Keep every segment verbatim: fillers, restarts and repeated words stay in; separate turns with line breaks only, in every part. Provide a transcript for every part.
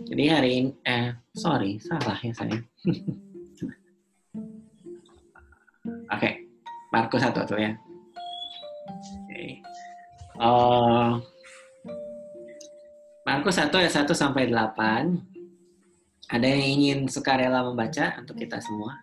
Jadi hari ini, eh, sorry, salah ya saya. Oke, okay. Markus satu tuh ya. Oke. Okay. Uh, Markus satu ayat satu sampai delapan. Ada yang ingin sukarela membaca untuk kita semua?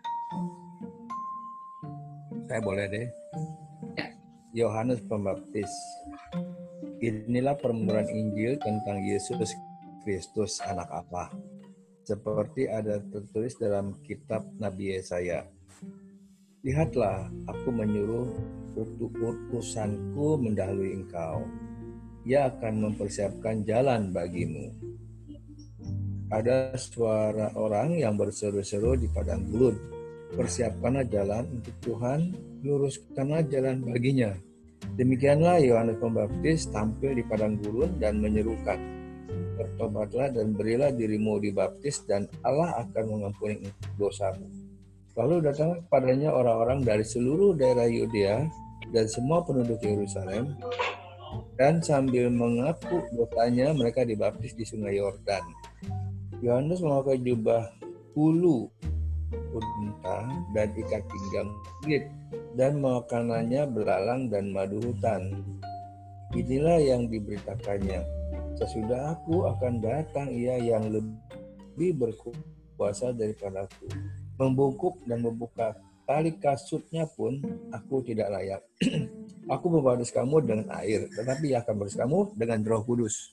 Saya boleh deh.
Ya.
Yohanes Pembaptis. Inilah permulaan Injil tentang Yesus Kristus anak Allah. Seperti ada tertulis dalam kitab Nabi Yesaya. Lihatlah, aku menyuruh utusanku mendahului engkau. Ia akan mempersiapkan jalan bagimu. Ada suara orang yang berseru-seru di padang gurun. Persiapkanlah jalan untuk Tuhan, luruskanlah jalan baginya. Demikianlah Yohanes Pembaptis tampil di padang gurun dan menyerukan, bertobatlah dan berilah dirimu dibaptis dan Allah akan mengampuni dosamu. Lalu datang kepadanya orang-orang dari seluruh daerah Yudea dan semua penduduk Yerusalem, dan sambil mengaku dosanya mereka dibaptis di sungai Yordan. Yohanes memakai jubah ulu unta dan ikat pinggang kulit, dan makanannya belalang dan madu hutan. Inilah yang diberitakannya, sesudah aku akan datang ia yang lebih berkuasa daripada aku. Membungkuk dan membuka tali kasutnya pun aku tidak layak. Aku membaptis kamu dengan air, tetapi ia akan membaptis kamu dengan Roh Kudus.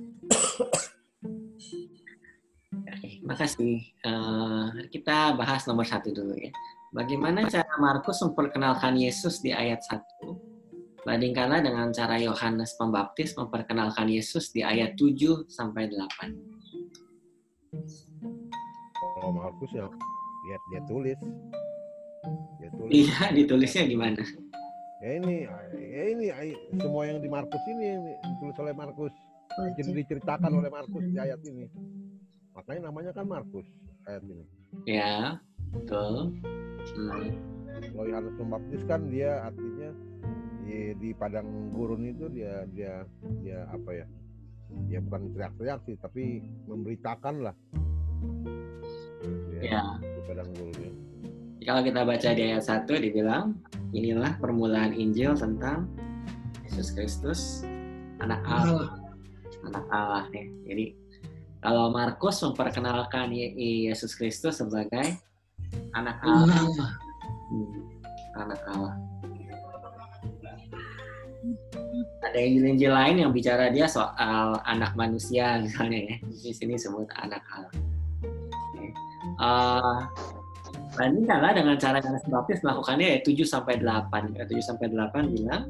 Makasih. Uh, kita bahas nomor satu dulu ya. Bagaimana cara Markus memperkenalkan Yesus di ayat satu? Bandingkanlah dengan cara Yohanes Pembaptis memperkenalkan Yesus di ayat tujuh sampai delapan.
Kalau Markus ya lihat dia tulis. Dia tulis.
Iya, ditulisnya gimana?
Ya ini, ya ini semua yang di Markus ini yang ditulis oleh Markus. Jadi diceritakan oleh Markus di ayat ini. Makanya namanya kan Markus ayat ini.
Ya, betul. Hmm.
Kalau Yohanes Pembaptis kan dia artinya di, di padang gurun itu dia dia dia apa ya? Dia bukan teriak-teriak sih, tapi memberitakan lah. Dia,
ya.
Di padang gurun ya.
Kalau kita baca di ayat satu dibilang, inilah permulaan Injil tentang Yesus Kristus, anak Allah. Anak Allah ya. Jadi kalau Markus memperkenalkan Yesus Kristus sebagai anak Allah, hmm, anak Allah. Ada Injil-Injil lain yang bicara dia soal anak manusia misalnya ya. Di sini sebut anak Allah. Okay. Uh, bandingkanlah dengan cara Yohanes Pembaptis melakukannya ya tujuh sampai delapan. Ya, tujuh sampai delapan bilang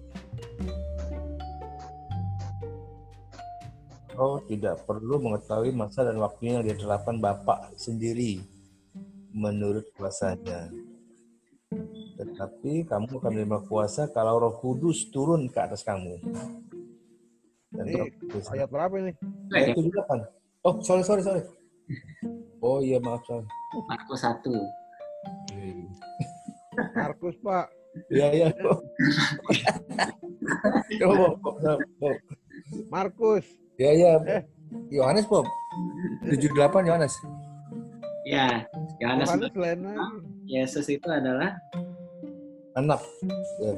Oh, tidak perlu mengetahui masa dan waktunya yang diterapkan Bapa sendiri menurut kuasanya. Tetapi kamu akan menerima kuasa kalau Roh Kudus turun ke atas kamu. Dan
ini ayat berapa ini?
Ayat tujuh delapan. Oh, sorry, sorry, sorry. Oh iya, maaf, sorry.
Markus satu.
Markus, Pak.
Iya, iya. Oh,
Markus.
Ya, ya. Eh. Yohanes, Bob. tujuh delapan Yohanes.
Ya, Yohanes.
Yohanes
Yesus itu adalah
anak. Ya.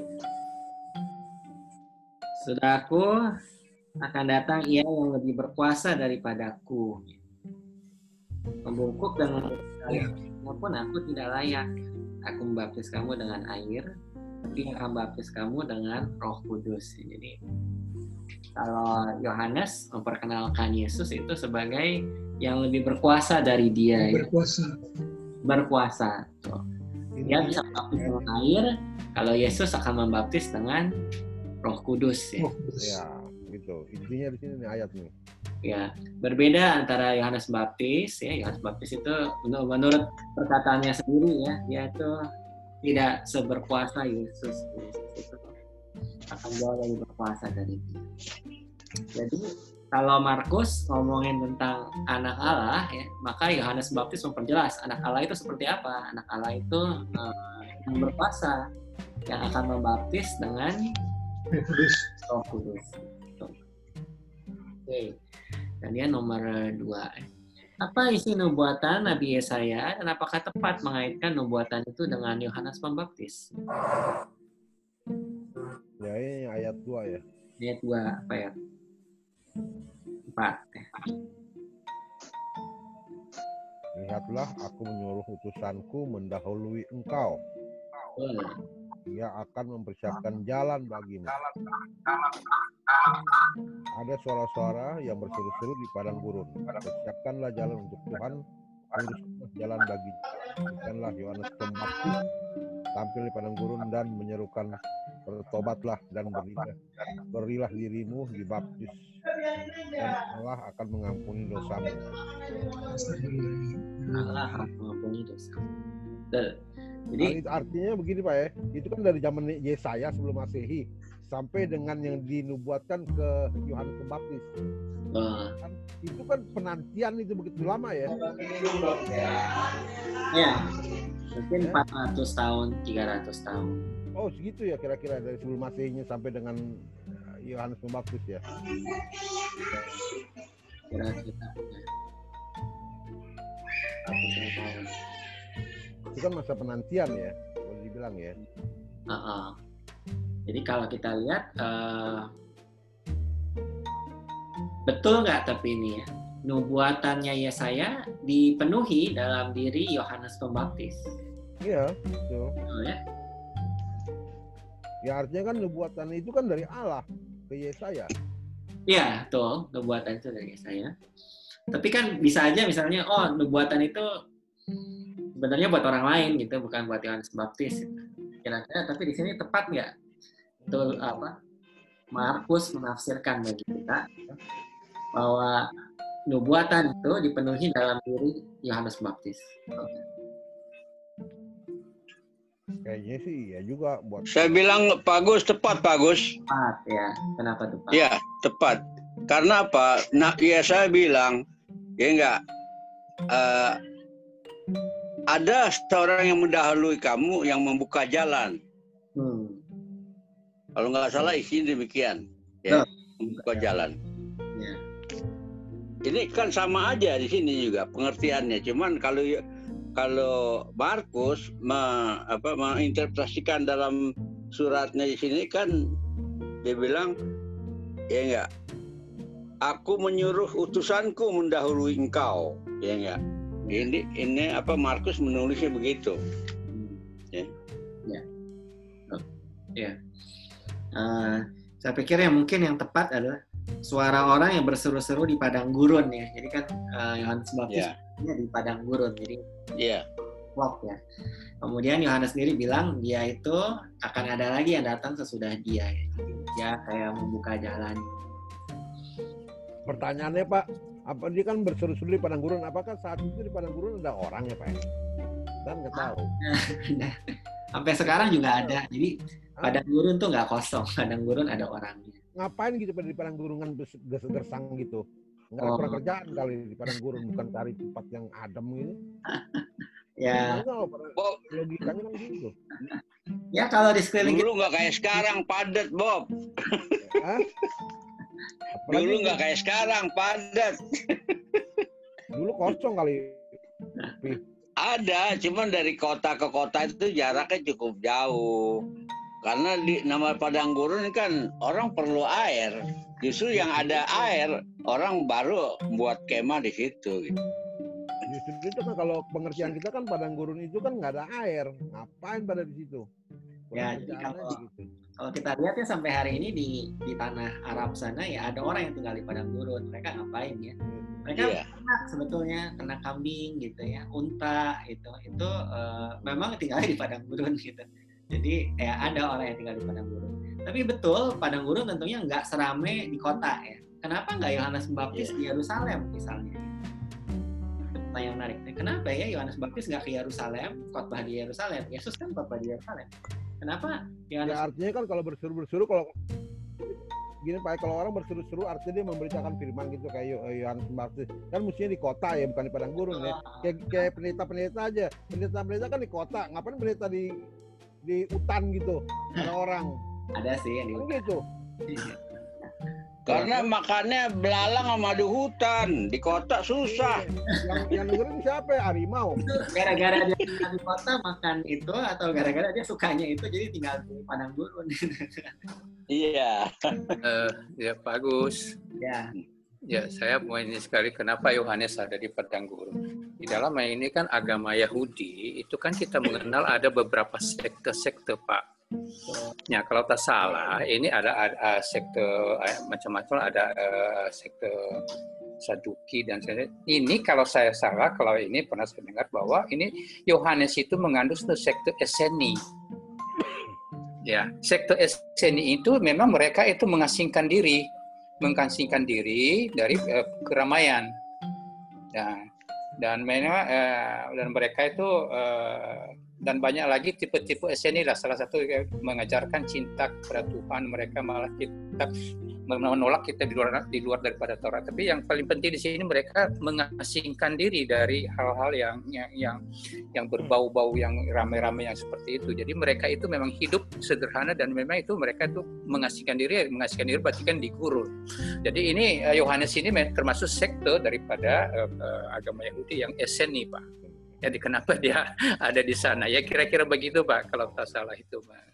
Sudah aku akan datang ia yang lebih berkuasa daripadaku. Membungkuk dan membaptis pun aku tidak layak. Aku membaptis kamu dengan air, tapi akan membaptis kamu dengan Roh Kudus. Jadi kalau Yohanes memperkenalkan Yesus itu sebagai yang lebih berkuasa dari dia.
Berkuasa.
Ya. Berkuasa. Tuh. Dia bisa membaptis dengan air, kalau Yesus akan membaptis dengan Roh Kudus. Ya,
ya gitu. Intinya di sini nih ayat nih.
Ya, berbeda antara Yohanes Pembaptis. Ya, Yohanes Pembaptis itu menurut perkataannya sendiri ya, dia itu tidak seberkuasa Yesus. Yesus itu akan jauh lebih berkuasa dari dia. Jadi kalau Markus ngomongin tentang anak Allah ya, maka Yohanes Pembaptis memperjelas anak Allah itu seperti apa. Anak Allah itu uh, yang berkuasa, yang akan membaptis dengan Roh Kudus. Oke. Dan dia nomor dua. Apa isi nubuatan Nabi Yesaya dan apakah tepat mengaitkan nubuatan itu dengan Yohanes Pembaptis?
Ya ini ayat dua ya.
Ayat dua apa ya? Empat.
Lihatlah, aku menyuruh utusanku mendahului engkau.
Oh.
Dia akan mempersiapkan jalan bagimu. Ada suara-suara yang berseru-seru di padang gurun. Persiapkanlah jalan untuk Tuhan, luruskanlah jalan bagi. Bukanlah Yohanes Pembaptis tampil di padang gurun dan menyerukan, bertobatlah dan berilah, berilah dirimu dibaptis, dan Allah akan mengampuni dosamu.
Allah akan mengampuni dosa. Jadi
artinya begini Pak ya, itu kan dari zaman Yesaya sebelum Masehi sampai dengan yang dinubuatkan ke Yohanes Pembaptis.
uh,
Kan, itu kan penantian itu begitu lama ya.
Ya, mungkin empat ratus tahun, tiga ratus tahun.
Oh segitu ya kira-kira dari sebelum Masehinya sampai dengan Yohanes Pembaptis ya.
Kira-kira. Ya.
Itu kan masa penantian ya, boleh dibilang ya.
Uh-uh. Jadi kalau kita lihat uh, betul nggak tapi ini ya, nubuatannya Yesaya dipenuhi dalam diri Yohanes Pembaptis.
Iya, betul.
Oh, ya?
Ya artinya kan nubuatan itu kan dari Allah ke Yesaya.
Iya, betul, nubuatan itu dari Yesaya. Tapi kan bisa aja misalnya, oh nubuatan itu sebenarnya buat orang lain gitu, bukan buat Yohanes Pembaptis. Gitu. Kira-kira, tapi di sini tepat nggak? Betul apa? Markus menafsirkan bagi kita bahwa nubuatan itu dipenuhi dalam diri Yohanes Pembaptis. Okay.
Kayaknya sih ya juga buat.
Saya bilang Pak Gus, tepat Pak Gus.
Tepat ya. Kenapa tepat?
Ya, tepat. Karena apa? Nah, ya saya bilang, ya enggak. Uh, ada seorang yang mendahului kamu yang membuka jalan.
Hmm.
Kalau nggak salah isinya demikian, ya, membuka jalan.
Ya.
Ini kan sama aja di sini juga pengertiannya. Cuman kalau kalau Markus me, apa, menginterpretasikan dalam suratnya di sini kan dia bilang, ya enggak. Aku menyuruh utusanku mendahului engkau, ya enggak. Ini ini apa Markus menulisnya begitu. Ya.
Ya. Oh, ya. Uh, saya pikir yang mungkin yang tepat adalah suara orang yang berseru-seru di padang gurun ya. Jadi kan uh, Yohanes Pembaptis
yeah.
di padang gurun. Jadi
Iya. Yeah.
Walk ya. Kemudian Yohanes sendiri bilang dia itu akan ada lagi yang datang sesudah dia. Ya. Dia kayak membuka jalan.
Pertanyaannya Pak, apa dia kan berseru-seru di padang gurun? Apakah saat itu di padang gurun ada orang ya Pak? Dan nggak tahu.
Sampai sekarang juga ada. Jadi padang gurun tuh nggak kosong. Padang gurun ada orangnya.
Ngapain gitu di padang gurun kan gersang gitu? Nggak
Oh.
ada pekerjaan kali di padang gurun, bukan cari tempat yang adem gitu.
Ya.
Bob, logikanya kan gitu.
Ya kalau di sekeliling
dulu nggak kayak sekarang padat Bob. Dulu nggak kayak sekarang padat.
Dulu kosong kali.
Ada, cuman dari kota ke kota itu jaraknya cukup jauh. Karena di nama padang gurun kan orang perlu air. Justru yang ada air, orang baru buat kemah di situ. Gitu.
Justru itu kan kalau pengertian kita kan padang gurun itu kan nggak ada air. Ngapain pada di situ?
Ya, jadi kalau, gitu. kalau kita lihat ya sampai hari ini di di tanah Arab sana ya ada orang yang tinggal di padang gurun. Mereka ngapain ya? Mereka yeah. ternak sebetulnya, ternak kambing gitu ya, unta itu itu uh, memang tinggalnya di padang gurun gitu. Jadi ya ada orang yang tinggal di padang gurun. Tapi betul padang gurun tentunya nggak serame di kota ya. Kenapa nggak Yohanes Pembaptis yeah. di Yerusalem misalnya? Yang menarik. Kenapa ya Yohanes Pembaptis nggak ke Yerusalem, khotbah di Yerusalem? Yesus kan khotbah di Yerusalem. Kenapa?
Yohanes... Ya artinya kan kalau berseru-berseru kalau gini Pak, kalau orang berseru-seru artinya dia memberitakan firman gitu kayak Yohanes Pembaptis. Kan mestinya di kota ya, bukan di padang gurun ya. Kayak, kayak pendeta-pendeta aja. Pendeta-pendeta kan di kota. Ngapain pendeta di di hutan gitu? Ada orang.
Ada sih yang di hutan.
Gitu.
Karena makannya belalang sama di hutan, di kota susah.
Yang yang dengerin siapa ya? Harimau.
Gara-gara dia di kota makan itu atau gara-gara dia sukanya itu jadi tinggal di padang gurun.
Iya.
Uh, ya bagus.
Ya.
Ya, saya mau ini sekali kenapa Yohanes ada di padang gurun. Di dalam ini kan agama Yahudi, itu kan kita mengenal ada beberapa sekte-sekte, Pak. Ya, kalau tak salah, ini ada, ada sekte macam-macam, ada uh, sekte Saduki dan saya. Ini kalau saya salah, kalau ini pernah saya dengar bahwa ini Yohanes itu mengandung sekte Eseni. Ya, sekte Eseni itu memang mereka itu mengasingkan diri, mengasingkan diri dari uh, keramaian. Ya, dan memang uh, dan mereka itu uh, dan banyak lagi tipe-tipe Eseni lah. Salah satu mengajarkan cinta kepada Tuhan, mereka malah kita menolak kita di luar di luar daripada Taurat. Tapi yang paling penting di sini mereka mengasingkan diri dari hal-hal yang yang yang, yang berbau-bau yang ramai-ramai yang seperti itu. Jadi mereka itu memang hidup sederhana dan memang itu mereka itu mengasingkan diri, mengasingkan diri berarti kan dikurung. Jadi ini Yohanes ini termasuk sekte daripada uh, agama Yahudi yang Eseni, Pak. Jadi kenapa dia ada di sana? Ya kira-kira begitu, Pak, kalau tak salah itu, Pak.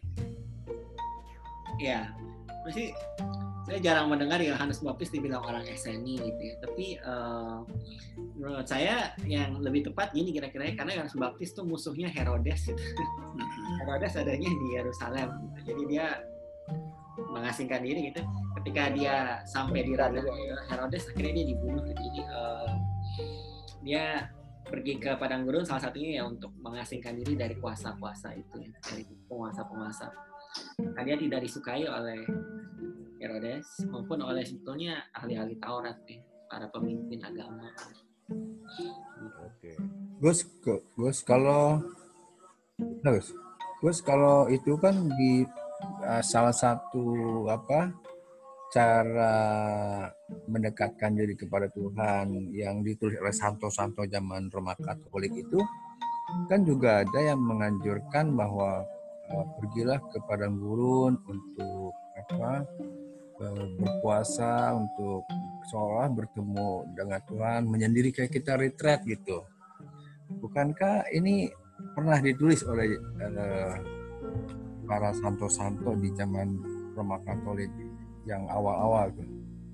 Ya, masih saya jarang mendengar Yohanes Pembaptis dibilang orang Eseni gitu ya. Tapi uh, menurut saya yang lebih tepat gini kira-kira karena Yohanes Pembaptis itu musuhnya Herodes gitu. Herodes adanya di Yerusalem gitu. Jadi dia mengasingkan diri gitu. Ketika dia sampai di radar Herodes akhirnya dia dibunuh gitu. Jadi uh, dia pergi ke padang gurun salah satunya ya untuk mengasingkan diri dari kuasa-kuasa itu ya, dari penguasa-penguasa. Karena dia tidak disukai oleh Herodes maupun oleh sebetulnya ahli-ahli Taurat ya, para pemimpin agama.
Oke.
Gus, Gus kalau Gus, Gus kalau itu kan di uh, salah satu apa cara mendekatkan diri kepada Tuhan yang ditulis oleh santo-santo zaman Roma Katolik itu kan juga ada yang menganjurkan bahwa uh, pergilah ke padang gurun untuk apa uh, berpuasa untuk seolah bertemu dengan Tuhan, menyendiri kayak kita retreat gitu. Bukankah ini pernah ditulis oleh uh, para santo-santo di zaman Roma Katolik yang awal-awal tuh?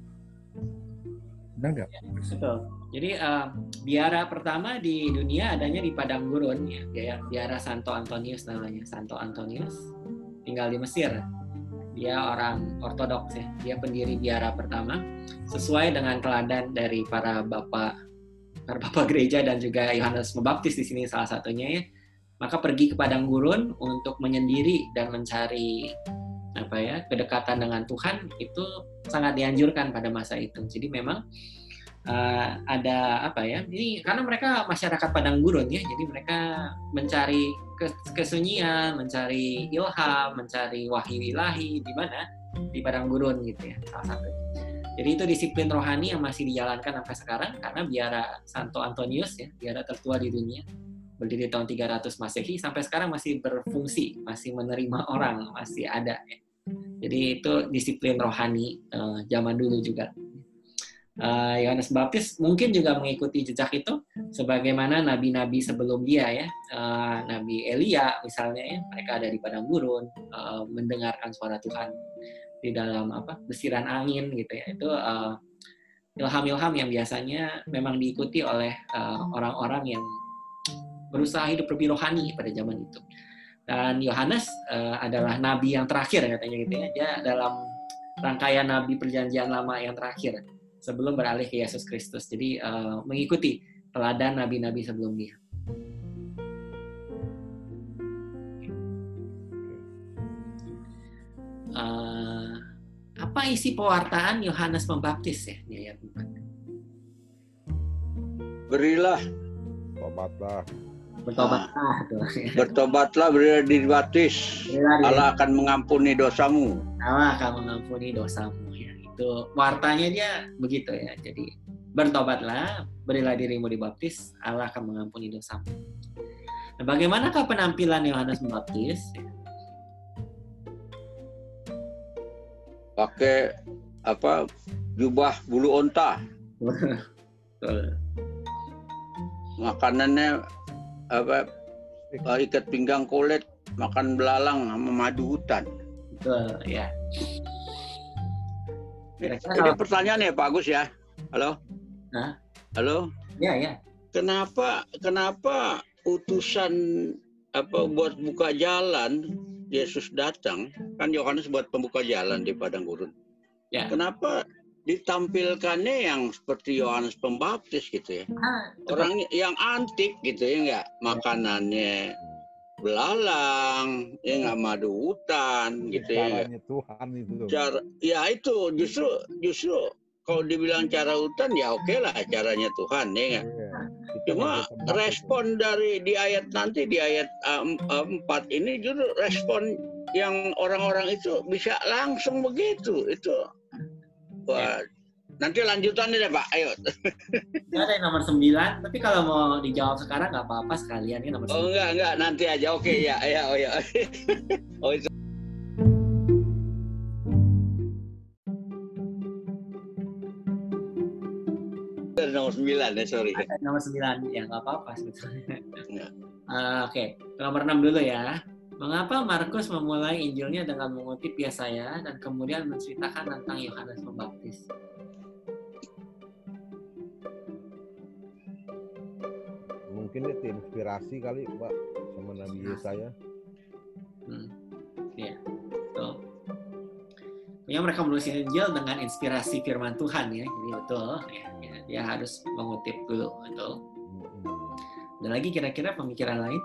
Benar nggak?
Betul. Jadi uh, biara pertama di dunia adanya di padang gurun ya, biara Santo Antonius namanya. Santo Antonius tinggal di Mesir. Dia orang Ortodoks ya. Dia pendiri biara pertama sesuai dengan teladan dari para bapak para bapak gereja dan juga Yohanes Pembaptis di sini salah satunya ya. Maka pergi ke padang gurun untuk menyendiri dan mencari apa ya kedekatan dengan Tuhan itu sangat dianjurkan pada masa itu. Jadi memang uh, ada apa ya ini karena mereka masyarakat padang gurun ya, jadi mereka mencari kesunyian, mencari ilham, mencari wahyu ilahi di mana di padang gurun gitu ya salah satu. Jadi itu disiplin rohani yang masih dijalankan sampai sekarang karena biara Santo Antonius ya, biara tertua di dunia, berdiri tahun tiga ratus Masehi sampai sekarang masih berfungsi, masih menerima orang, masih ada ya. Jadi itu disiplin rohani uh, zaman dulu juga. Uh, Yohanes Pembaptis mungkin juga mengikuti jejak itu, sebagaimana nabi-nabi sebelum dia ya, uh, Nabi Elia misalnya ya, mereka ada di padang gurun uh, mendengarkan suara Tuhan di dalam apa desiran angin gitu ya. Itu uh, ilham-ilham yang biasanya memang diikuti oleh uh, orang-orang yang berusaha hidup lebih rohani pada zaman itu. Dan Yohanes uh, adalah nabi yang terakhir katanya gitu ya. Dia dalam rangkaian nabi perjanjian lama yang terakhir sebelum beralih ke Yesus Kristus. Jadi uh, mengikuti teladan nabi-nabi sebelum dia. Uh, apa isi pewartaan Yohanes Pembaptis ya? Di ayat empat.
Berilah,
Tobatlah.
Bertobatlah,
bertobatlah, berilah dibaptis. Allah akan mengampuni dosamu.
Allah akan mengampuni dosamu. Ya, itu wartanya dia begitu ya. Jadi bertobatlah, berilah dirimu dibaptis, Allah akan mengampuni dosamu. Nah, bagaimanakah penampilan Yohanes Pembaptis?
Pakai apa jubah bulu onta. Makanannya apa ikat pinggang kulit, makan belalang sama madu hutan.
Betul, ya.
Ini pertanyaan ya Pak Agus ya. Halo?
Hah?
Halo?
Ya, ya.
Kenapa kenapa utusan apa buat buka jalan Yesus datang, kan Yohanes buat pembuka jalan di padang gurun.
Ya.
Kenapa ditampilkannya yang seperti Yohanes Pembaptis gitu ya?
Ah,
orang yang antik gitu ya, enggak makanannya belalang, ya nggak madu hutan gitu ya.
Caranya Tuhan itu.
Cara, ya itu justru justru kalau dibilang cara hutan ya oke lah caranya Tuhan ya nggak.
Iya.
Cuma respon dari di ayat nanti di ayat empat ini justru respon yang orang-orang itu bisa langsung begitu itu. Wah, nanti lanjutannya deh Pak, ayo.
Nggak ada yang nomor sembilan, tapi kalau mau dijawab sekarang nggak apa-apa sekalian ya nomor
Oh
sembilan.
enggak, enggak, nanti aja, oke ya, ya, oh ya. Oh itu. Nomor sembilan ya, sorry.
Ada nomor sembilan, ya nggak apa-apa sebetulnya.
Ya.
Uh, Oke, okay. Nomor enam dulu ya. Mengapa Markus memulai Injilnya dengan mengutip Yesaya dan kemudian menceritakan tentang Yohanes Pembaptis?
Mungkin itu inspirasi kali Pak sama Nabi Yesaya.
Hmm. Ya, betul. Ya, mereka menulis Injil dengan inspirasi firman Tuhan ya, jadi betul. Ya, ya, dia harus mengutip dulu, betul.
Hmm.
Dan lagi kira-kira pemikiran lain?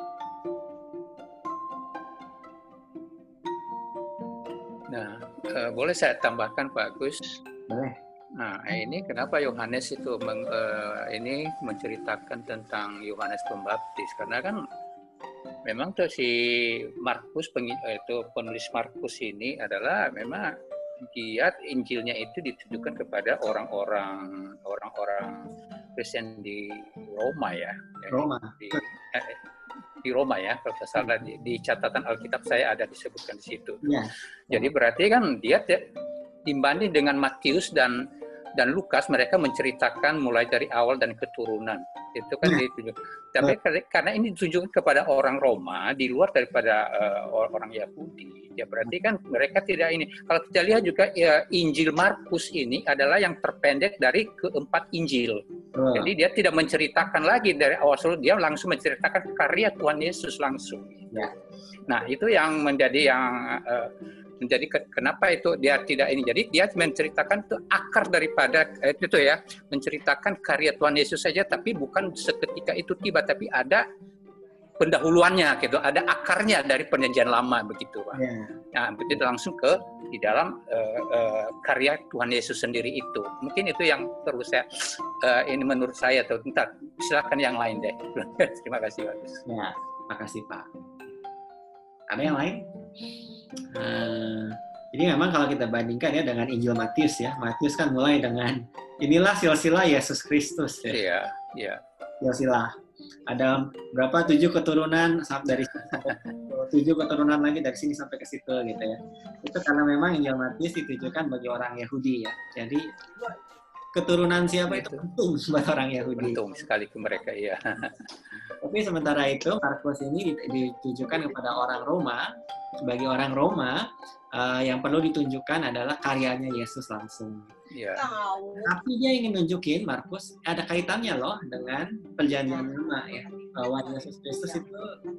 Nah, eh, boleh saya tambahkan Pak Agus?
Boleh.
Nah, ini kenapa Yohanes itu meng, eh, ini menceritakan tentang Yohanes Pembaptis? Karena kan memang tuh si Markus itu penulis Markus ini adalah memang dia Injilnya itu ditujukan kepada orang-orang orang-orang Kristen di Roma ya.
Roma.
Di, eh, di Roma ya, kalau tidak salah di, di catatan Alkitab saya ada disebutkan di situ.
Ya.
Jadi berarti kan dia dibanding dengan Matius dan dan Lukas, mereka menceritakan mulai dari awal dan keturunan. Itu kan
Ya.
ditunjuk. Tapi karena ini ditunjukkan kepada orang Roma di luar daripada uh, orang Yahudi, ya berarti kan mereka tidak ini. Kalau kita lihat juga ya, Injil Markus ini adalah yang terpendek dari keempat Injil.
Oh.
Jadi dia tidak menceritakan lagi dari awal selalu, dia langsung menceritakan karya Tuhan Yesus langsung.
Ya.
Nah itu yang menjadi yang uh, menjadi ke, kenapa itu dia tidak ini. Jadi dia menceritakan itu akar daripada eh, itu ya, menceritakan karya Tuhan Yesus saja, tapi bukan seketika itu tiba, tapi ada pendahuluannya gitu, ada akarnya dari perjanjian lama begitu Pak.
Ya.
Nah begitu langsung ke di dalam uh, uh, karya Tuhan Yesus sendiri itu. Mungkin itu yang perlu saya uh, ini menurut saya. Tuh, bentar, silakan yang lain deh. Terima kasih Pak.
Ya, makasih Pak. Ada yang lain? Uh, jadi memang kalau kita bandingkan ya dengan Injil Matius ya, Matius kan mulai dengan inilah silsilah Yesus Kristus ya.
Iya, iya.
Silsilah. Ada berapa tujuh keturunan dari tujuh keturunan lagi dari sini sampai ke situ gitu ya. Itu karena memang Injil Matius ditujukan bagi orang Yahudi ya. Jadi keturunan siapa itu penting buat orang Yahudi.
Penting sekali ke mereka ya.
Tapi sementara itu Markus ini ditujukan kepada orang Roma. Bagi orang Roma, uh, yang perlu ditunjukkan adalah karyanya Yesus langsung.
Ya.
Tapi dia ingin nunjukin, Markus, ada kaitannya loh dengan perjanjian lama ya. Bahwa Yesus Kristus itu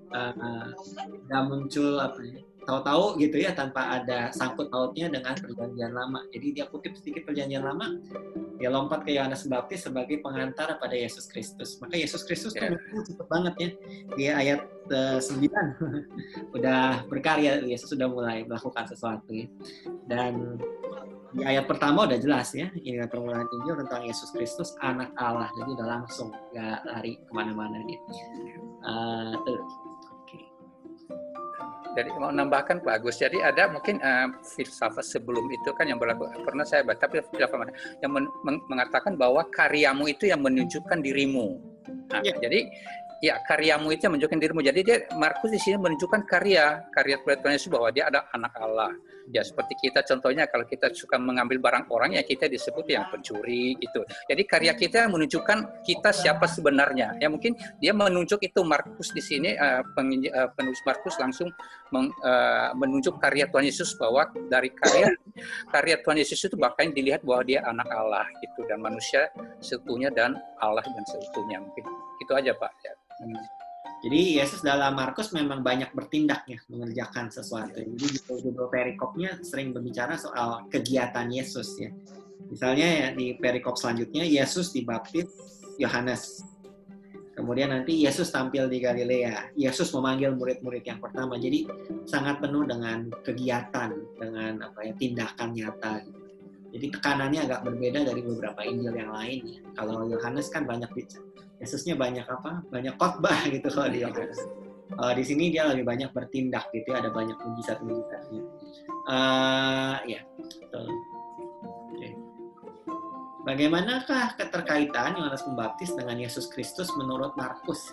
nggak uh, muncul apa ya, tahu-tahu gitu ya, tanpa ada sangkut pautnya dengan perjanjian lama. Jadi dia kutip sedikit perjanjian lama, dia lompat ke Yohanes Pembaptis sebagai pengantar pada Yesus Kristus. Maka Yesus Kristus yeah. tuh cepet banget ya. Di ayat uh, sembilan udah berkarya, Yesus sudah mulai melakukan sesuatu ya. Dan di ayat pertama udah jelas ya, ini permulaan Injil tentang Yesus Kristus, anak Allah. Jadi udah langsung, nggak lari kemana-mana dia. Uh, tuh.
Jadi mau nambahkan Pak Agus, jadi ada mungkin uh, filsafat sebelum itu kan yang berlaku, pernah saya baca, tapi filsafat mana yang men- mengatakan bahwa karyamu itu yang menunjukkan dirimu. Nah, yeah. Jadi ya karyamu itu yang menunjukkan dirimu. Jadi dia Markus di sini menunjukkan karya, karya Tuhan Yesus bahwa dia ada anak Allah. Ya seperti kita contohnya kalau kita suka mengambil barang orang ya kita disebut yang pencuri gitu. Jadi karya kita yang menunjukkan kita siapa sebenarnya. Ya mungkin dia menunjuk itu Markus di sini uh, peng, uh, penulis Markus langsung meng, uh, menunjuk karya Tuhan Yesus bahwa dari karya karya Tuhan Yesus itu bahkan dilihat bahwa dia anak Allah gitu dan manusia seutuhnya dan Allah dan seutuhnya. Mungkin itu aja Pak. Ya.
Jadi Yesus dalam Markus memang banyak bertindak ya, mengerjakan sesuatu. Jadi judul perikopnya sering berbicara soal kegiatan Yesus ya. Misalnya ya di perikop selanjutnya Yesus dibaptis Yohanes. Kemudian nanti Yesus tampil di Galilea. Yesus memanggil murid-murid yang pertama. Jadi sangat penuh dengan kegiatan, dengan apa ya tindakan nyata. Jadi tekanannya agak berbeda dari beberapa Injil yang lain ya. Kalau Yohanes kan banyak bicara. Yesusnya banyak apa? Banyak khotbah gitu kalau di Yohanes. Uh, di sini dia lebih banyak bertindak gitu ya, ada banyak mujizat-mujizatnya. Uh, ya, betul. Okay. Bagaimanakah keterkaitan Yohanes Pembaptis dengan Yesus Kristus menurut Markus?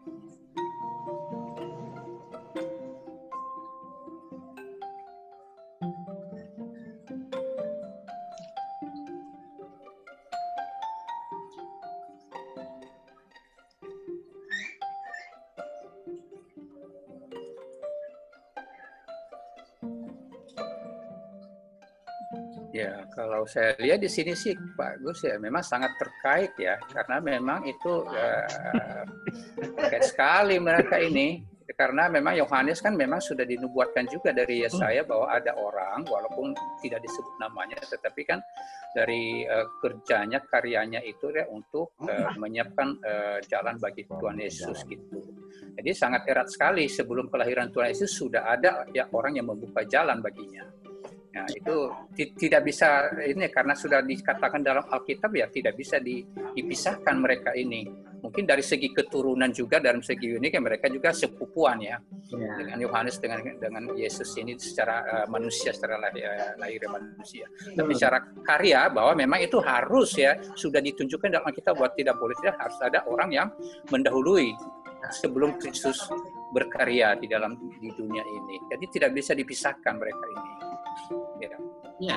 Ya, kalau saya lihat di sini sih Pak Gus ya memang sangat terkait ya karena memang itu uh, terkait sekali mereka ini karena memang Yohanes kan memang sudah dinubuatkan juga dari Yesaya bahwa ada orang walaupun tidak disebut namanya tetapi kan dari uh, kerjanya karyanya itu ya untuk uh, menyiapkan uh, jalan bagi Tuhan Yesus gitu. Jadi sangat erat sekali sebelum kelahiran Tuhan Yesus sudah ada ya orang yang membuka jalan baginya. Nah, itu tidak bisa ini karena sudah dikatakan dalam Alkitab ya tidak bisa dipisahkan mereka ini. Mungkin dari segi keturunan juga dalam segi unik ya mereka juga sepupuan ya. Ya. Dengan Yohanes dengan dengan Yesus ini secara uh, manusia secara lahir, lahir manusia. Hmm. Tapi secara karya bahwa memang itu harus ya sudah ditunjukkan dalam Alkitab bahwa tidak boleh tidak harus ada orang yang mendahului sebelum Kristus berkarya di dalam di dunia ini. Jadi tidak bisa dipisahkan mereka ini. Ya.
Ya.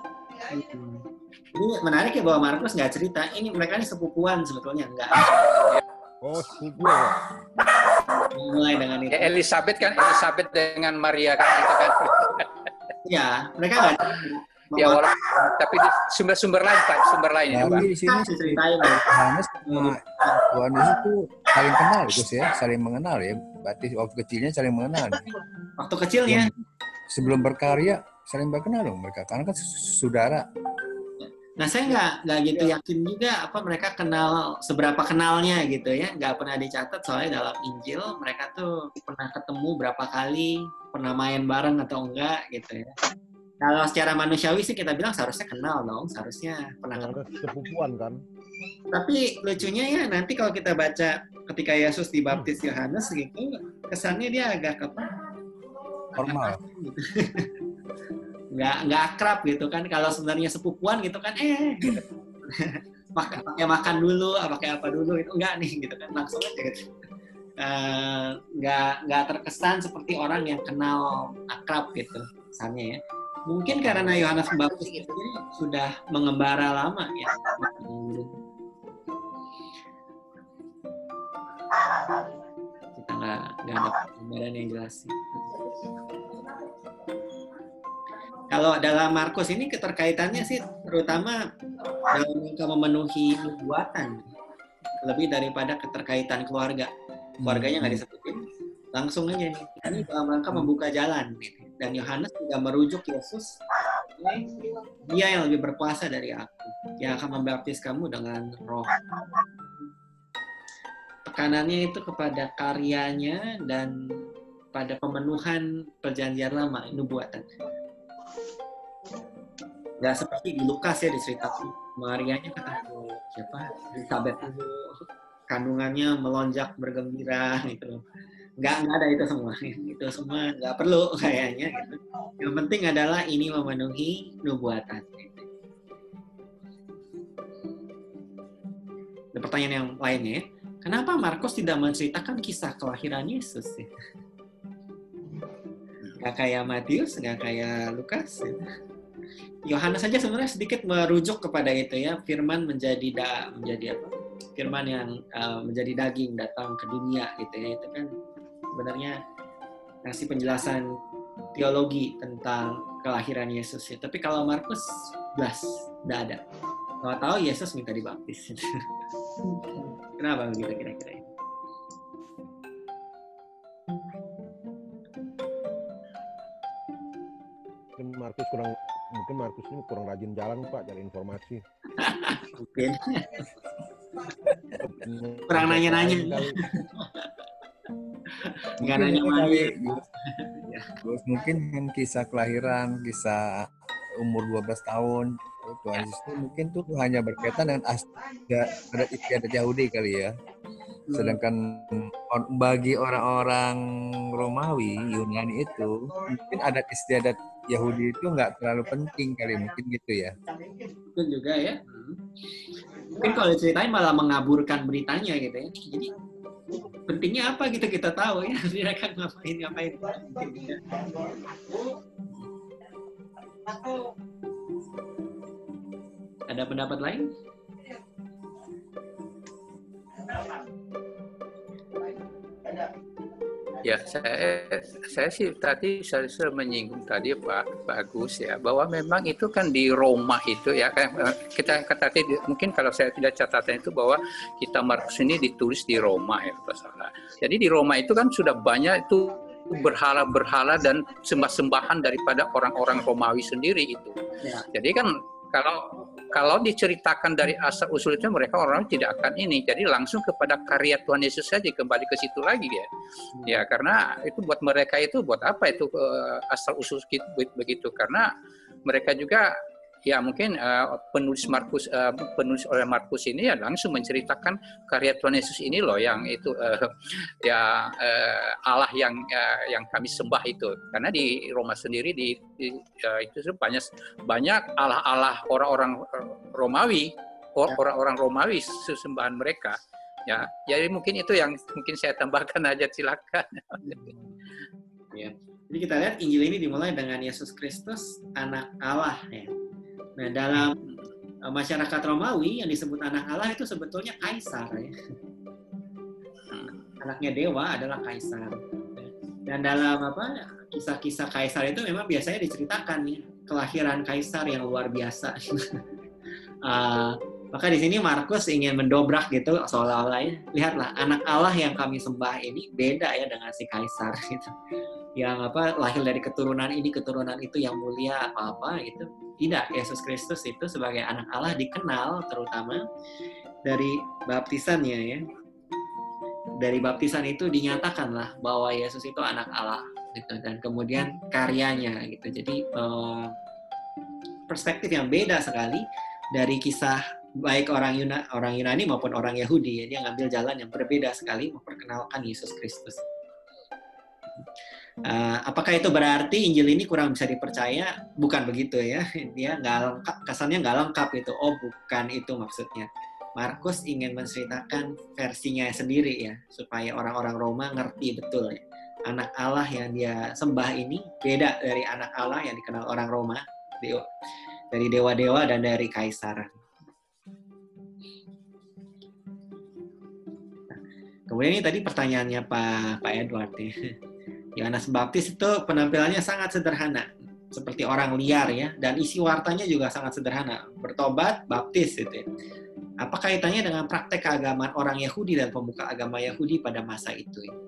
Ini menarik ya bahwa Markus nggak cerita. Ini mereka ini sepupuan sebetulnya enggak.
Oh, sepupuan.
Mulai dengan itu.
Ya, Elizabeth kan Elizabeth dengan Maria kan itu kan.
Ya, mereka nggak.
Ya walaupun tapi di sumber-sumber lain Pak, sumber lain
ya,
ini Pak.
Di sini
ceritain
Yohanes sama Yohanes itu saling kenal Gus ya, saling mengenal ya. Berarti waktu kecilnya saling mengenal.
Waktu kecilnya.
Sebelum berkarya saling berkenal dong mereka karena kan saudara.
Nah saya nggak nggak gitu yakin juga apa mereka kenal seberapa kenalnya gitu ya, nggak pernah dicatat soalnya dalam Injil mereka tuh pernah ketemu berapa kali, pernah main bareng atau enggak gitu ya. Kalau secara manusiawi sih kita bilang seharusnya kenal dong, seharusnya pernah ketemu.
Sepupuan kan. Tapi
lucunya ya nanti kalau kita baca ketika Yesus dibaptis Yohanes gitu, kesannya dia agak apa?
Formal.
nggak nggak akrab gitu kan, kalau sebenarnya sepupuan gitu kan eh gitu. makan pakai makan dulu pakai apa dulu itu enggak nih gitu kan langsung aja gitu. Uh, nggak nggak terkesan seperti orang yang kenal akrab gitu kesannya ya, mungkin karena Yohanes Pembaptis gitu sudah mengembara lama ya. Kita nggak nggak ada gambaran yang jelas sih. Kalau dalam Markus ini keterkaitannya sih terutama dalam rangka memenuhi nubuatan lebih daripada keterkaitan keluarga. Keluarganya nggak disebutin, langsung aja nih. Ini dalam rangka membuka jalan. Dan Yohanes juga merujuk Yesus, dia yang lebih berkuasa dari aku, yang akan membaptis kamu dengan Roh. Tekanannya itu kepada karyanya dan pada pemenuhan perjanjian lama, nubuatan. Nggak seperti di Lukas ya diceritakan Marianya ketemu siapa Elizabeth itu kandungannya melonjak bergembira gitu, nggak nggak ada itu semua itu semua nggak perlu kayaknya gitu. Yang penting adalah ini memenuhi nubuatan. Ada pertanyaan yang lainnya ya, kenapa Markus tidak menceritakan kisah kelahiran Yesus ya? Nggak kayak Matius, nggak kayak Lukas. Ya. Yohanes saja sebenarnya sedikit merujuk kepada itu ya, firman menjadi da, menjadi apa? Firman yang uh, menjadi daging datang ke dunia gitu ya. Itu kan sebenarnya ngasih penjelasan teologi tentang kelahiran Yesus ya. Tapi kalau Markus belas nggak ada. Kalau tahu Yesus minta dibaptis. Kenapa begitu kira-kira?
Mungkin Markus kurang mungkin Markus ini kurang rajin jalan Pak cari informasi.
Mungkin. Kurang nanya-nanya. Nggak nanya-nanya.
Mungkin kan kisah kelahiran, kisah umur dua belas tahun, Tuhan Yesus itu mungkin tuh hanya berkaitan dengan adat istiadat Yahudi kali ya. Sedangkan bagi orang-orang Romawi, Yunani itu mungkin adat istiadat Yahudi itu nggak terlalu penting kali, mungkin gitu ya.
Mungkin juga ya. Mungkin kalau diceritain malah mengaburkan beritanya gitu ya. Jadi pentingnya apa gitu kita tahu ya. Dia kan ngapain ngapain. Ada pendapat lain?
Ya, saya saya sih tadi saya sudah menyinggung tadi Pak Pak Agus ya, bahwa memang itu kan di Roma itu ya, kita kata tadi mungkin kalau saya tidak catatan itu bahwa kitab Markus ini ditulis di Roma ya, Pak salah. Jadi di Roma itu kan sudah banyak itu berhala-berhala dan sembah-sembahan daripada orang-orang Romawi sendiri itu. Ya. Jadi kan kalau kalau diceritakan dari asal usul itu mereka orang tidak akan ini, jadi langsung kepada karya Tuhan Yesus saja, kembali ke situ lagi ya. Ya karena itu buat mereka itu buat apa itu uh, asal usul begitu, karena mereka juga ya mungkin uh, penulis Markus uh, penulis oleh Markus ini ya langsung menceritakan karya Tuhan Yesus ini loh yang itu uh, ya uh, Allah yang uh, yang kami sembah itu, karena di Roma sendiri di, di uh, itu banyak banyak Allah-Allah orang-orang Romawi, orang-orang Romawi sesembahan mereka ya. Jadi mungkin itu yang mungkin saya tambahkan aja, silakan.
Ya. Jadi kita lihat Injil ini dimulai dengan Yesus Kristus anak Allah ya. Nah, dalam masyarakat Romawi yang disebut anak Allah itu sebetulnya kaisar ya. Anaknya dewa adalah kaisar. Dan dalam apa kisah-kisah kaisar itu memang biasanya diceritakan ya, kelahiran kaisar yang luar biasa. uh, maka di sini Markus ingin mendobrak gitu seolah-olah ya, lihatlah anak Allah yang kami sembah ini beda ya dengan si kaisar gitu. Yang apa lahir dari keturunan ini keturunan itu yang mulia apa-apa gitu. Tidak, Yesus Kristus itu sebagai anak Allah dikenal terutama dari baptisannya ya. Dari baptisan itu dinyatakanlah bahwa Yesus itu anak Allah gitu, dan kemudian karyanya gitu. Jadi eh, perspektif yang beda sekali dari kisah baik orang Yunani, orang Yunani maupun orang Yahudi ya. Dia ngambil jalan yang berbeda sekali memperkenalkan Yesus Kristus. Uh, apakah itu berarti Injil ini kurang bisa dipercaya? Bukan begitu ya. Dia nggak lengkap, kesannya nggak lengkap itu. Oh, bukan itu maksudnya. Markus ingin menceritakan versinya sendiri ya, supaya orang-orang Roma ngerti betul ya. Anak Allah yang dia sembah ini beda dari anak Allah yang dikenal orang Roma, dari dewa-dewa dan dari kaisar. Nah, kemudian ini tadi pertanyaannya Pak Pak Edward ya. Yohanes Pembaptis itu penampilannya sangat sederhana, seperti orang liar ya, dan isi wartanya juga sangat sederhana, bertobat, baptis gitu ya. Apa kaitannya dengan praktek keagamaan orang Yahudi dan pemuka agama Yahudi pada masa itu ya?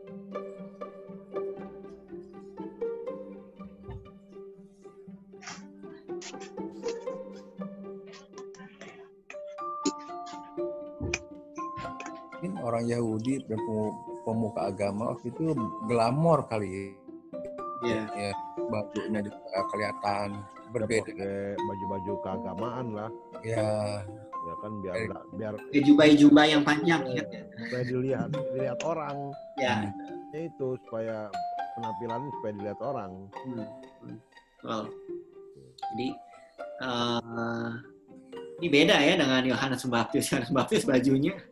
Mungkin orang Yahudi dan pemuka agama waktu itu glamor kali ya, ya bajunya juga kelihatan berbeda,
baju-baju keagamaan lah
ya,
ya kan biar eh. biar
jubah-jubah yang panjang ya,
supaya dilihat dilihat orang
ya,
ya itu supaya penampilan supaya dilihat orang.
hmm. Well, jadi uh, ini beda ya dengan Yohanes Pembaptis. Yohanes Pembaptis bajunya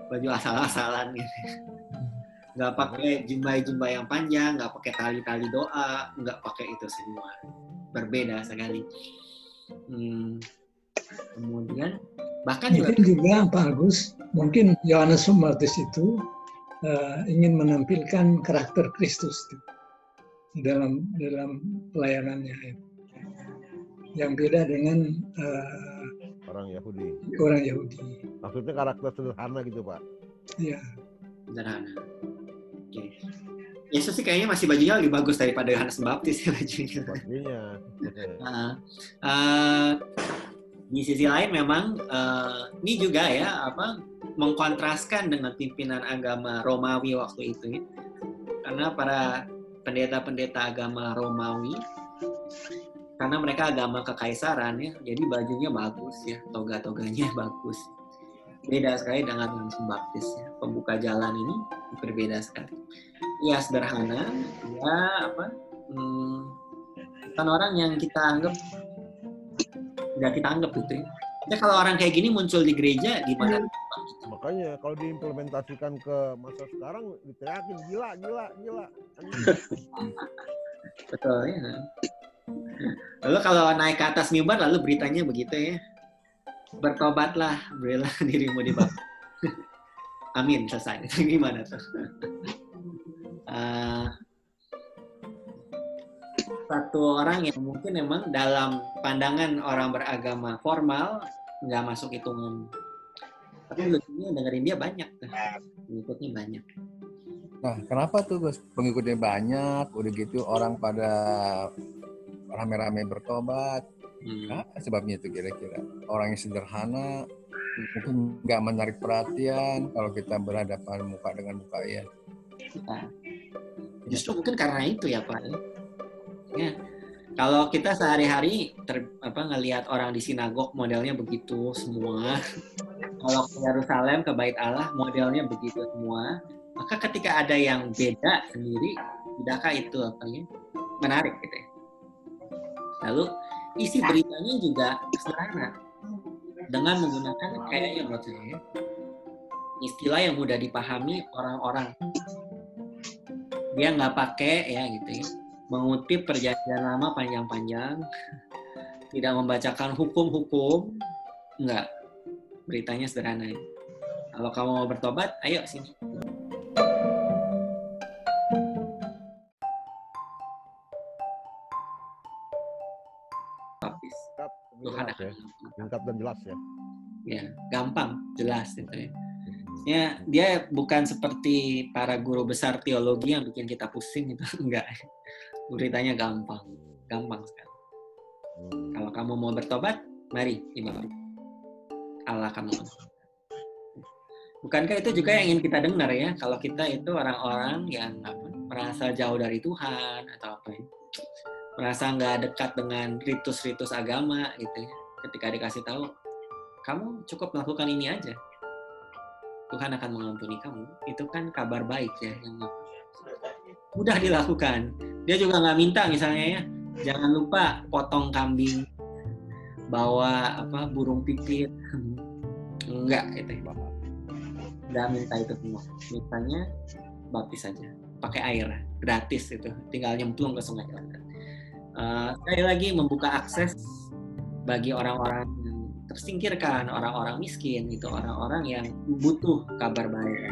baju asal-asalan gitu. Nggak pakai jumbai-jumbai yang panjang, nggak pakai tali-tali doa, nggak pakai itu semua. Berbeda sekali. Hmm. Kemudian bahkan
mungkin juga, juga Pak Agus, mungkin Yohanes Pembaptis itu uh, ingin menampilkan karakter Kristus dalam dalam pelayanannya, yang beda dengan uh,
orang Yahudi.
Orang Yahudi.
Maksudnya karakter sederhana gitu, Pak?
Iya.
Sederhana. Oke. Yesus sih kayaknya masih bajunya lebih bagus daripada Yohanes Pembaptis ya bajunya.
Bajunya.
uh, uh, di sisi lain memang uh, ini juga ya apa mengkontraskan dengan pimpinan agama Romawi waktu itu ya. Karena para pendeta-pendeta agama Romawi, karena mereka agama kekaisaran ya, jadi bajunya bagus ya, toga-toganya bagus. Beda sekali dengan Yohanes Pembaptis ya. Pembuka jalan ini berbeda sekali. Ya sederhana, ya apa? Hmm, bukan orang yang kita anggap nggak kita anggap gitu ya. Ya kalau orang kayak gini muncul di gereja gimana?
Makanya kalau diimplementasikan ke masa sekarang diteriakin gila, gila, gila.
Betul ya. Lalu kalau naik ke atas mimbar lalu beritanya begitu ya. Bertobatlah, berilah dirimu dibaptis. Amin, selesai. Gimana tuh? Uh, satu orang yang mungkin memang dalam pandangan orang beragama formal nggak masuk hitungan, tapi lucunya dengerin dia banyak tuh, pengikutnya banyak.
Nah, kenapa tuh Gus? Pengikutnya banyak, udah gitu orang pada rame-rame bertobat. Hmm. Apa sebabnya itu kira-kira? Orang yang sederhana, mungkin nggak menarik perhatian kalau kita berhadapan muka dengan muka ya.
Nah, justru mungkin karena itu ya Pak. Ya, kalau kita sehari-hari ter, apa ngelihat orang di sinagog modelnya begitu semua, kalau ke Yerusalem ke Bait Allah modelnya begitu semua, maka ketika ada yang beda sendiri, tidakkah itu apa ya menarik gitu ya? Lalu isi beritanya juga sederhana dengan menggunakan kayaknya menurut saya istilah yang mudah dipahami orang-orang. Dia nggak pakai ya gitu ya, mengutip perjanjian lama panjang-panjang, tidak membacakan hukum-hukum, enggak. Beritanya sederhana ya. Kalau kamu mau bertobat, ayo sini. Baptis. Tuhan akan
lengkap dan jelas ya.
Ya, gampang, jelas gitu ya. Ya, dia bukan seperti para guru besar teologi yang bikin kita pusing gitu, enggak. Beritanya gampang, gampang sekali. Kalau kamu mau bertobat, mari ibadah. Allah akan mengampuni. Bukankah itu juga yang ingin kita dengar ya? Kalau kita itu orang-orang yang apa, merasa jauh dari Tuhan atau apa ya? Merasa nggak dekat dengan ritus-ritus agama gitu ya. Ketika dikasih tahu, kamu cukup melakukan ini aja. Tuhan akan mengampuni kamu. Itu kan kabar baik ya yang mudah dilakukan. Dia juga nggak minta misalnya ya, jangan lupa potong kambing, bawa apa burung pipit, enggak itu ya. Nggak minta itu semua. Mintanya baptis saja, pakai air, gratis itu, tinggal nyemplung ke sungai. Uh, sekali lagi membuka akses bagi orang-orang yang tersingkirkan, orang-orang miskin, itu orang-orang yang butuh kabar baik.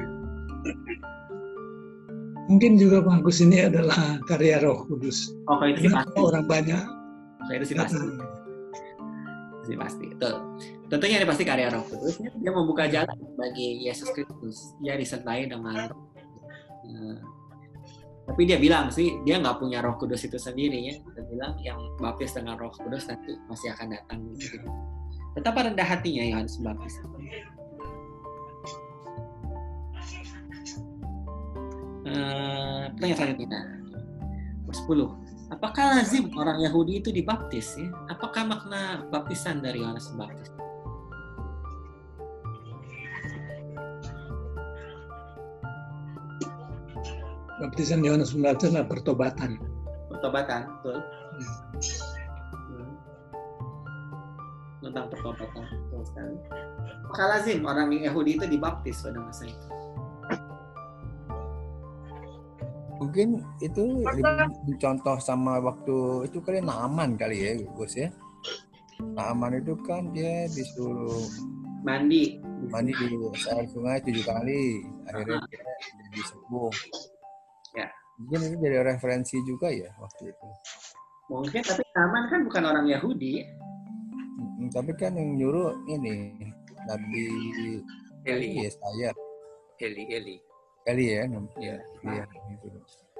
Mungkin juga Pak Agus ini adalah karya Roh Kudus.
Oh, itu sih pasti.
Orang banyak.
Itu sih pasti. Itu sih pasti. Betul. Tentunya ini pasti karya Roh Kudus. Dia membuka jalan bagi Yesus Kristus. Dia disertai dengan. Uh, tapi dia bilang sih, dia nggak punya Roh Kudus itu sendiri ya. Dia bilang yang baptis dengan Roh Kudus nanti masih akan datang. Gitu. Betapa rendah hatinya Yohanes Pembaptis. Uh, pertanyaan selanjutnya sepuluh. Apakah lazim orang Yahudi itu dibaptis ya? Apakah makna baptisan dari Yohanes Pembaptis?
Baptisan Yohanes Pembaptis adalah pertobatan.
Pertobatan, betul. Hmm. tentang pertobatan. Betul sekali. Maka lazim orang Yahudi itu dibaptis pada masa itu.
Mungkin itu lebih contoh sama waktu itu kali Naaman kali ya, Gus ya. Naaman itu kan dia disuruh
mandi
mandi di air sungai tujuh kali, akhirnya dia jadi sembuh.
Ya.
Mungkin itu jadi referensi juga ya waktu itu.
Mungkin, tapi Naaman kan bukan orang Yahudi.
Hmm, tapi kan yang nyuruh ini Nabi
Eli,
Yesaya.
Eli, Eli.
Eli ya, namanya.
Ya.
Iya, gitu.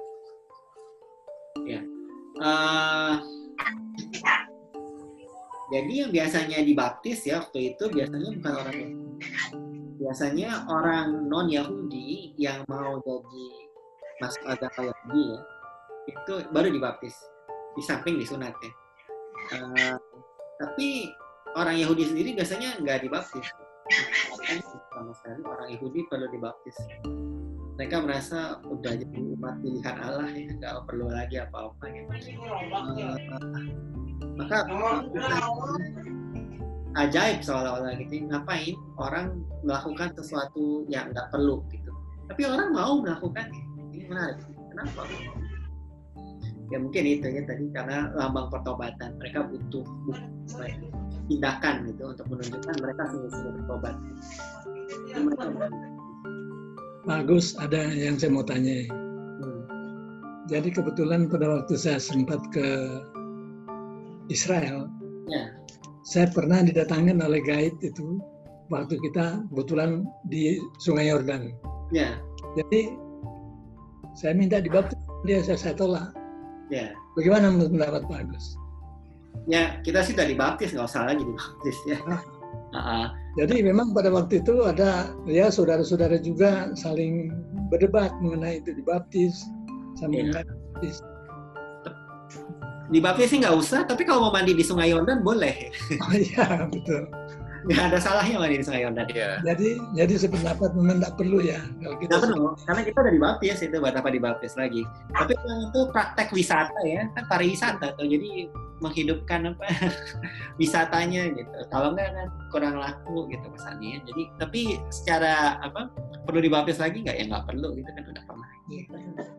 Ya. Uh, jadi yang biasanya dibaptis ya waktu itu biasanya bukan orang Yahudi. Biasanya orang non Yahudi yang mau jadi masuk agama Yahudi ya, itu baru dibaptis. Di samping disunat ya. Uh, tapi orang Yahudi sendiri biasanya nggak dibaptis. Sama sekali orang Yahudi perlu dibaptis. Mereka merasa udah jadi umat pilihan Allah ya, nggak perlu lagi apa-apa gitu. Uh, maka ajaib seolah-olah gitu, ngapain orang melakukan sesuatu yang nggak perlu gitu. Tapi orang mau melakukannya. Ini menarik. Kenapa? Ya mungkin itu ya tadi karena lambang pertobatan. Mereka butuh, butuh tindakan gitu untuk menunjukkan mereka sungguh-sungguh bertobat. Mereka
Bagus, ada yang saya mau tanya.
hmm.
Jadi kebetulan pada waktu saya sempat ke Israel,
ya.
saya pernah didatangkan oleh guide itu waktu kita kebetulan di Sungai Yordan.
Ya.
Jadi saya minta dibaptis, dia saya, saya tolak.
Ya.
Bagaimana menurut pendapat Pak Agus?
Ya kita sih udah dibaptis, nggak usah lagi dibaptis ya.
Ah.
Uh-uh.
Jadi memang pada waktu itu ada ya saudara-saudara juga saling berdebat mengenai itu dibaptis sama
ya.
enggak dibaptis.
Dibaptis sih nggak usah, tapi kalau mau mandi di Sungai Yordan boleh.
Oh iya betul.
Nggak ada salahnya mandi di Sungai Yordan.
Yeah.
Jadi jadi sependapat memang tidak perlu ya kalau kita.
Nggak perlu, karena kita udah dibaptis itu buat apa dibaptis lagi. Tapi itu praktek wisata ya, kan pariwisata tuh, jadi menghidupkan apa wisatanya gitu. Kalau nggak kan kurang laku gitu kesannya. Jadi tapi secara apa perlu dibaptis lagi nggak ya nggak perlu gitu kan udah pernah.
Ya.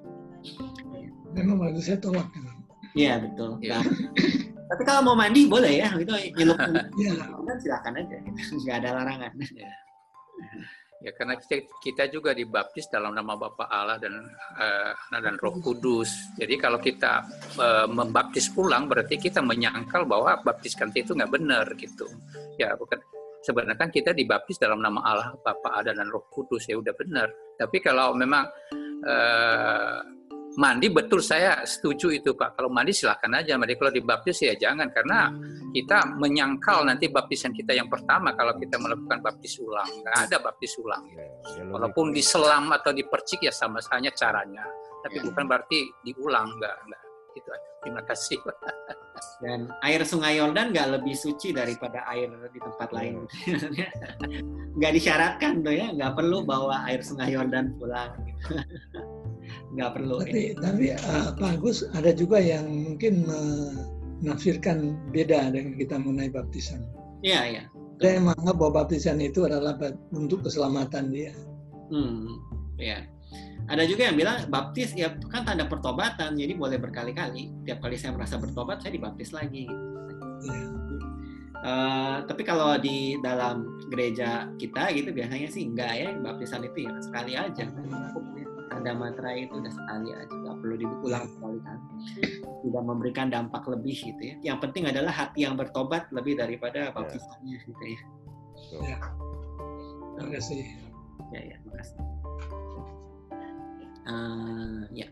Memang waktu saya tolak.
Iya betul.
Ya.
Nah, tapi kalau mau mandi boleh ya, itu nyelup
ya.
silakan aja, nggak ada larangan.
Ya. Ya karena kita, kita juga dibaptis dalam nama Bapa Allah dan uh, dan Roh Kudus. Jadi kalau kita uh, membaptis ulang berarti kita menyangkal bahwa baptiskan itu nggak benar gitu. Ya bukan. Sebenarnya kan kita dibaptis dalam nama Allah, Bapa Allah dan Roh Kudus ya udah benar. Tapi kalau memang uh, mandi betul saya setuju itu Pak. Kalau mandi silakan aja. Mandi kalau dibaptis ya jangan karena kita menyangkal nanti baptisan kita yang pertama kalau kita melakukan baptis ulang. Nggak ada baptis ulang. Gitu.
Ya, ya,
Walaupun diselam atau dipercik ya sama saja caranya. Tapi bukan berarti diulang. Nggak, nggak. Gitu aja. Terima kasih.
Dan air Sungai Yordan nggak lebih suci daripada air di tempat lain. Nggak disyaratkan tuh ya. Nggak perlu bawa air Sungai Yordan pulang. Gitu. Nggak perlu.
Tapi, ya. tapi uh, Pak Agus ada juga yang mungkin menafsirkan beda dengan kita mengenai baptisan.
Iya, iya.
Ada yang menganggap bahwa baptisan itu adalah untuk keselamatan dia.
Hmm, ya. Ada juga yang bilang baptis ya kan tanda pertobatan, jadi boleh berkali-kali. Tiap kali saya merasa bertobat, saya dibaptis lagi. Gitu.
Ya.
Uh, tapi kalau di dalam gereja kita gitu biasanya sih enggak ya, baptisan itu ya sekali aja. Tanda materai itu udah sekali aja, nggak perlu diulang sekali kan. Tidak memberikan dampak lebih gitu ya. Yang penting adalah hati yang bertobat lebih daripada baptisannya gitu ya.
Ya. Terima kasih.
Ya ya, terima kasih. Uh, ya.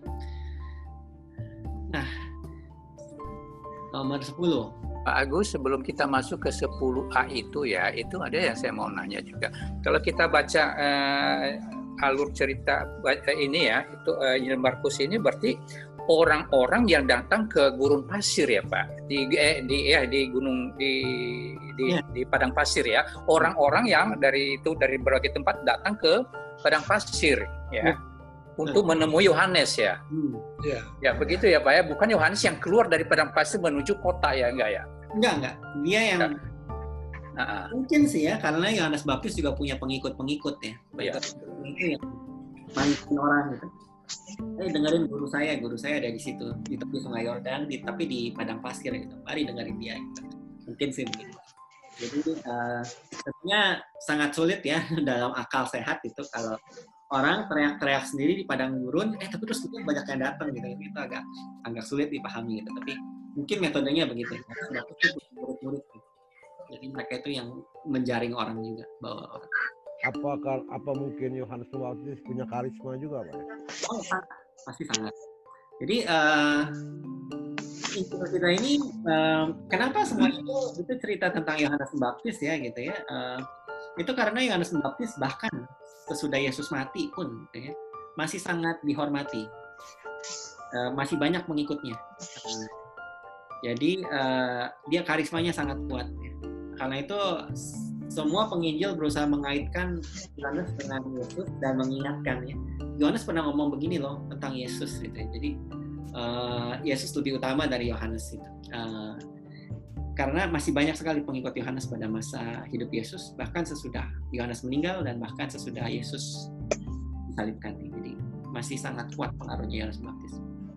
Nah, nomor sepuluh.
Pak Agus, sebelum kita masuk ke sepuluh A itu ya, itu ada yang saya mau nanya juga. Kalau kita baca eh, alur cerita ini ya, itu uh, Injil Markus ini berarti orang-orang yang datang ke gurun pasir ya Pak, di eh, di ya di gunung di di, yeah. di padang pasir ya, orang-orang yang dari itu dari berbagai tempat datang ke padang pasir ya. Yeah. Untuk menemui Yohanes ya.
Hmm.
Ya.
Ya begitu ya Pak ya, bukan Yohanes yang keluar dari padang pasir menuju kota ya, enggak ya?
Enggak, enggak. Dia yang enggak.
Nah,
Mungkin sih ya, karena Yohanes Baptis juga punya pengikut-pengikut ya.
Iya.
Itu yang manggil orang gitu. Eh dengerin guru saya, guru saya ada di situ di tepi Sungai Yordan, di, tapi di padang pasir gitu. Mari dengerin dia. Gitu. Mungkin sih begitu. Jadi uh, tentunya sangat sulit ya dalam akal sehat itu kalau orang teriak-teriak sendiri di padang gurun, eh tapi terus itu banyak yang datang gitu. Itu agak agak sulit dipahami gitu. Tapi mungkin metodenya begitu. Ya. Murid-murid gitu. Jadi mereka itu yang menjaring orang juga, bawa orang.
Apakah apa mungkin Yohanes Pembaptis punya karisma juga, Pak?
Oh, sangat. Pasti sangat. Jadi uh, kita ini uh, kenapa semua itu itu cerita tentang Yohanes Pembaptis ya gitu ya. Uh, itu karena Yohanes Pembaptis bahkan sesudah Yesus mati pun gitu ya, masih sangat dihormati. Uh, masih banyak pengikutnya. Uh, jadi uh, dia karismanya sangat kuat ya. Karena itu semua penginjil berusaha mengaitkan Yohanes dengan Yesus dan mengingatkan ya. Yohanes pernah ngomong begini loh tentang Yesus gitu. Jadi uh, Yesus lebih utama dari Yohanes itu. Uh, karena masih banyak sekali pengikut Yohanes pada masa hidup Yesus, bahkan sesudah Yohanes meninggal dan bahkan sesudah Yesus disalibkan. Jadi masih sangat kuat pengaruhnya Yohanes Pembaptis.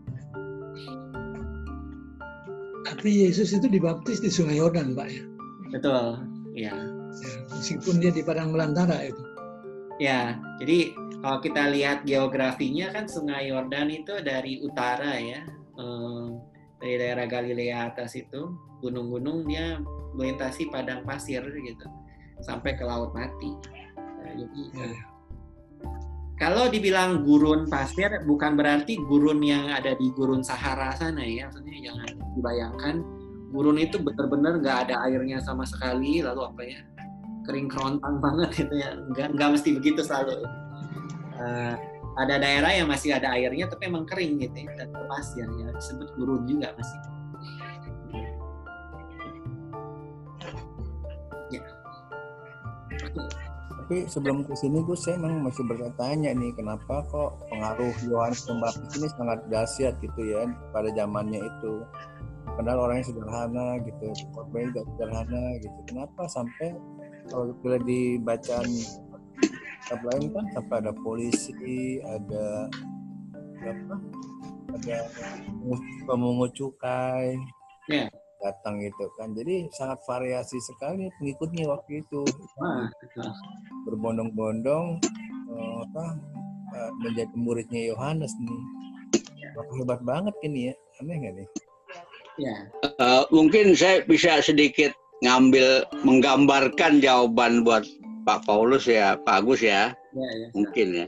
Tapi Yesus itu dibaptis di Sungai Yordan, Pak ya.
Betul, ya.
Ya, meskipun dia di padang belantara itu.
Ya, jadi kalau kita lihat geografinya kan Sungai Yordan itu dari utara ya, um, dari daerah Galilea atas itu, gunung-gunung dia melintasi padang pasir gitu, sampai ke Laut Mati. Nah, jadi
Ya, ya.
kalau dibilang gurun pasir, bukan berarti gurun yang ada di gurun Sahara sana ya, maksudnya jangan dibayangkan gurun itu benar-benar nggak ada airnya sama sekali, lalu apa ya, kering kerontang banget gitu ya, nggak nggak mesti begitu selalu. Uh, ada daerah yang masih ada airnya tapi emang kering gitu ya, dan pasir ya, disebut gurun juga masih. Ya.
Tapi sebelum ke sini gue saya memang masih bertanya nih, kenapa kok pengaruh Yohanes Pembaptis ini sangat dahsyat gitu ya pada zamannya itu. Padahal orangnya sederhana gitu, khotbahnya juga sederhana gitu. Kenapa sampai kalau kita dibacaan kitab lain kan sampai ada polisi, ada apa? Ada pemungut cukai
Ya.
datang gitu kan. Jadi sangat variasi sekali pengikutnya waktu itu.
Ah,
Berbondong-bondong eh, apa eh, menjadi muridnya Yohanes nih. Hebat banget ini ya, aneh nggak nih?
ya.
Uh, mungkin saya bisa sedikit ngambil menggambarkan jawaban buat Pak Paulus ya, Pak Agus ya,
Ya, ya.
mungkin ya.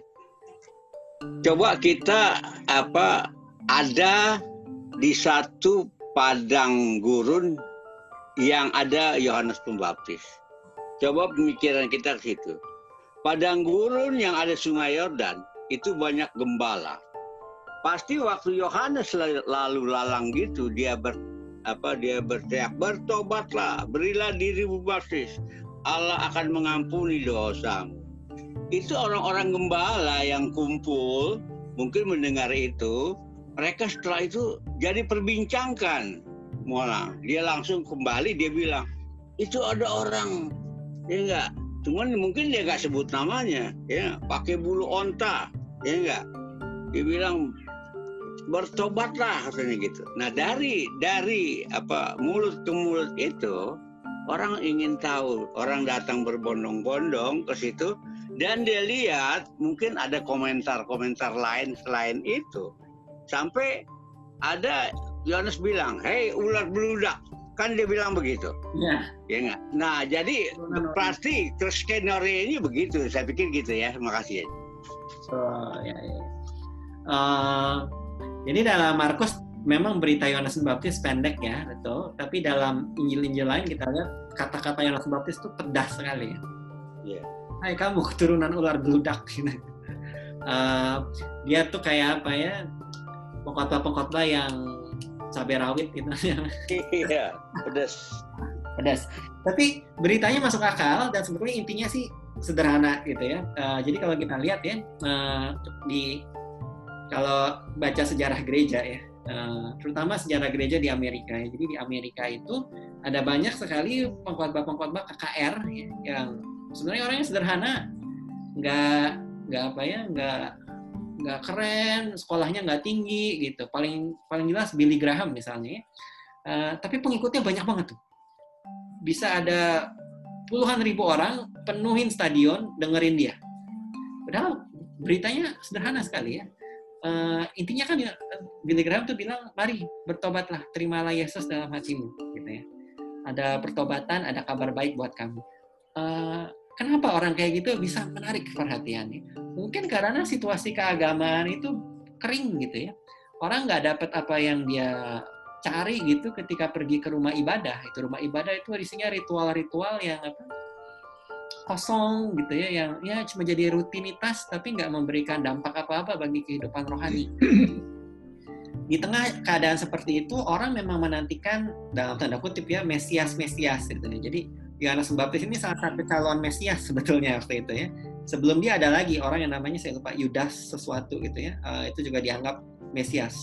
Coba kita apa ada di satu padang gurun yang ada Yohanes Pembaptis. Coba pemikiran kita ke situ. Padang gurun yang ada Sungai Yordan itu banyak gembala. Pasti waktu Yohanes lalu lalang gitu dia ber, apa dia berteriak, bertobatlah, berilah diri baptis, Allah akan mengampuni dosamu. Itu orang-orang gembala yang kumpul mungkin mendengar itu, mereka setelah itu jadi perbincangkan. Mola, dia langsung kembali dia bilang, itu ada orang, ya enggak, cuman mungkin dia enggak sebut namanya, ya, pakai bulu onta, ya enggak, dia bilang bertobatlah katanya gitu. Nah dari dari apa mulut ke mulut itu orang ingin tahu, orang datang berbondong-bondong ke situ dan dia lihat mungkin ada komentar-komentar lain selain itu sampai ada Yohanes bilang, hei ular beludak, kan dia bilang begitu,
Ya.
ya nggak? Nah jadi pasti skenario-nya begitu, saya pikir gitu ya. Terima kasih.
Oh, ya, ya. Uh, Jadi dalam Markus memang berita Yohanes Pembaptis pendek ya, betul. Tapi dalam Injil-Injil lain kita lihat kata-kata Yohanes Pembaptis itu pedas sekali ya.
Yeah.
Hai kamu keturunan ular beludak. uh, dia tuh kayak apa ya? Pengkhotbah-pengkhotbah yang cabai rawit gitu.
Iya, pedas.
Pedas. Tapi beritanya masuk akal dan sebetulnya intinya sih sederhana gitu ya. Uh, jadi kalau kita lihat ya uh, di kalau baca sejarah gereja ya, Uh, terutama sejarah gereja di Amerika. Jadi di Amerika itu ada banyak sekali pengkhotbah-pengkhotbah K K R ya, yang sebenarnya orangnya sederhana, nggak nggak apa ya, nggak nggak keren, sekolahnya nggak tinggi gitu. Paling paling jelas Billy Graham misalnya. Uh, tapi pengikutnya banyak banget tuh. Bisa ada puluhan ribu orang penuhin stadion dengerin dia. Padahal beritanya sederhana sekali ya. Uh, intinya kan ya, Billy Graham tuh bilang, mari bertobatlah, terimalah Yesus dalam hatimu, gitu ya. Ada pertobatan, ada kabar baik buat kamu. Uh, kenapa orang kayak gitu bisa menarik perhatiannya? Mungkin karena situasi keagamaan itu kering gitu ya. Orang nggak dapat apa yang dia cari gitu ketika pergi ke rumah ibadah. Itu rumah ibadah itu isinya ritual-ritual yang apa? Kosong gitu ya, yang ya cuma jadi rutinitas tapi nggak memberikan dampak apa-apa bagi kehidupan rohani. Di tengah keadaan seperti itu, orang memang menantikan dalam tanda kutip ya Mesias-Mesias gitu ya. Jadi Yohanes Pembaptis ini salah satu calon Mesias sebetulnya waktu itu ya. Sebelum dia ada lagi orang yang namanya saya lupa Yudas sesuatu gitu ya. Uh, itu juga dianggap Mesias.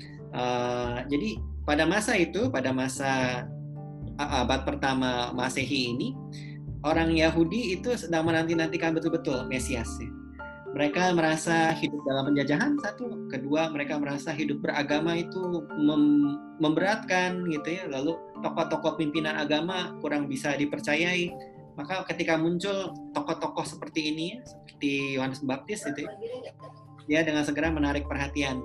Uh, jadi pada masa itu, pada masa abad pertama Masehi ini, orang Yahudi itu sedang menanti-nantikan betul-betul Mesias. Ya. Mereka merasa hidup dalam penjajahan, satu. Kedua, mereka merasa hidup beragama itu mem- memberatkan, gitu ya. Lalu tokoh-tokoh pimpinan agama kurang bisa dipercayai. Maka ketika muncul tokoh-tokoh seperti ini, seperti Yohanes Pembaptis, gitu ya, dia dengan segera menarik perhatian.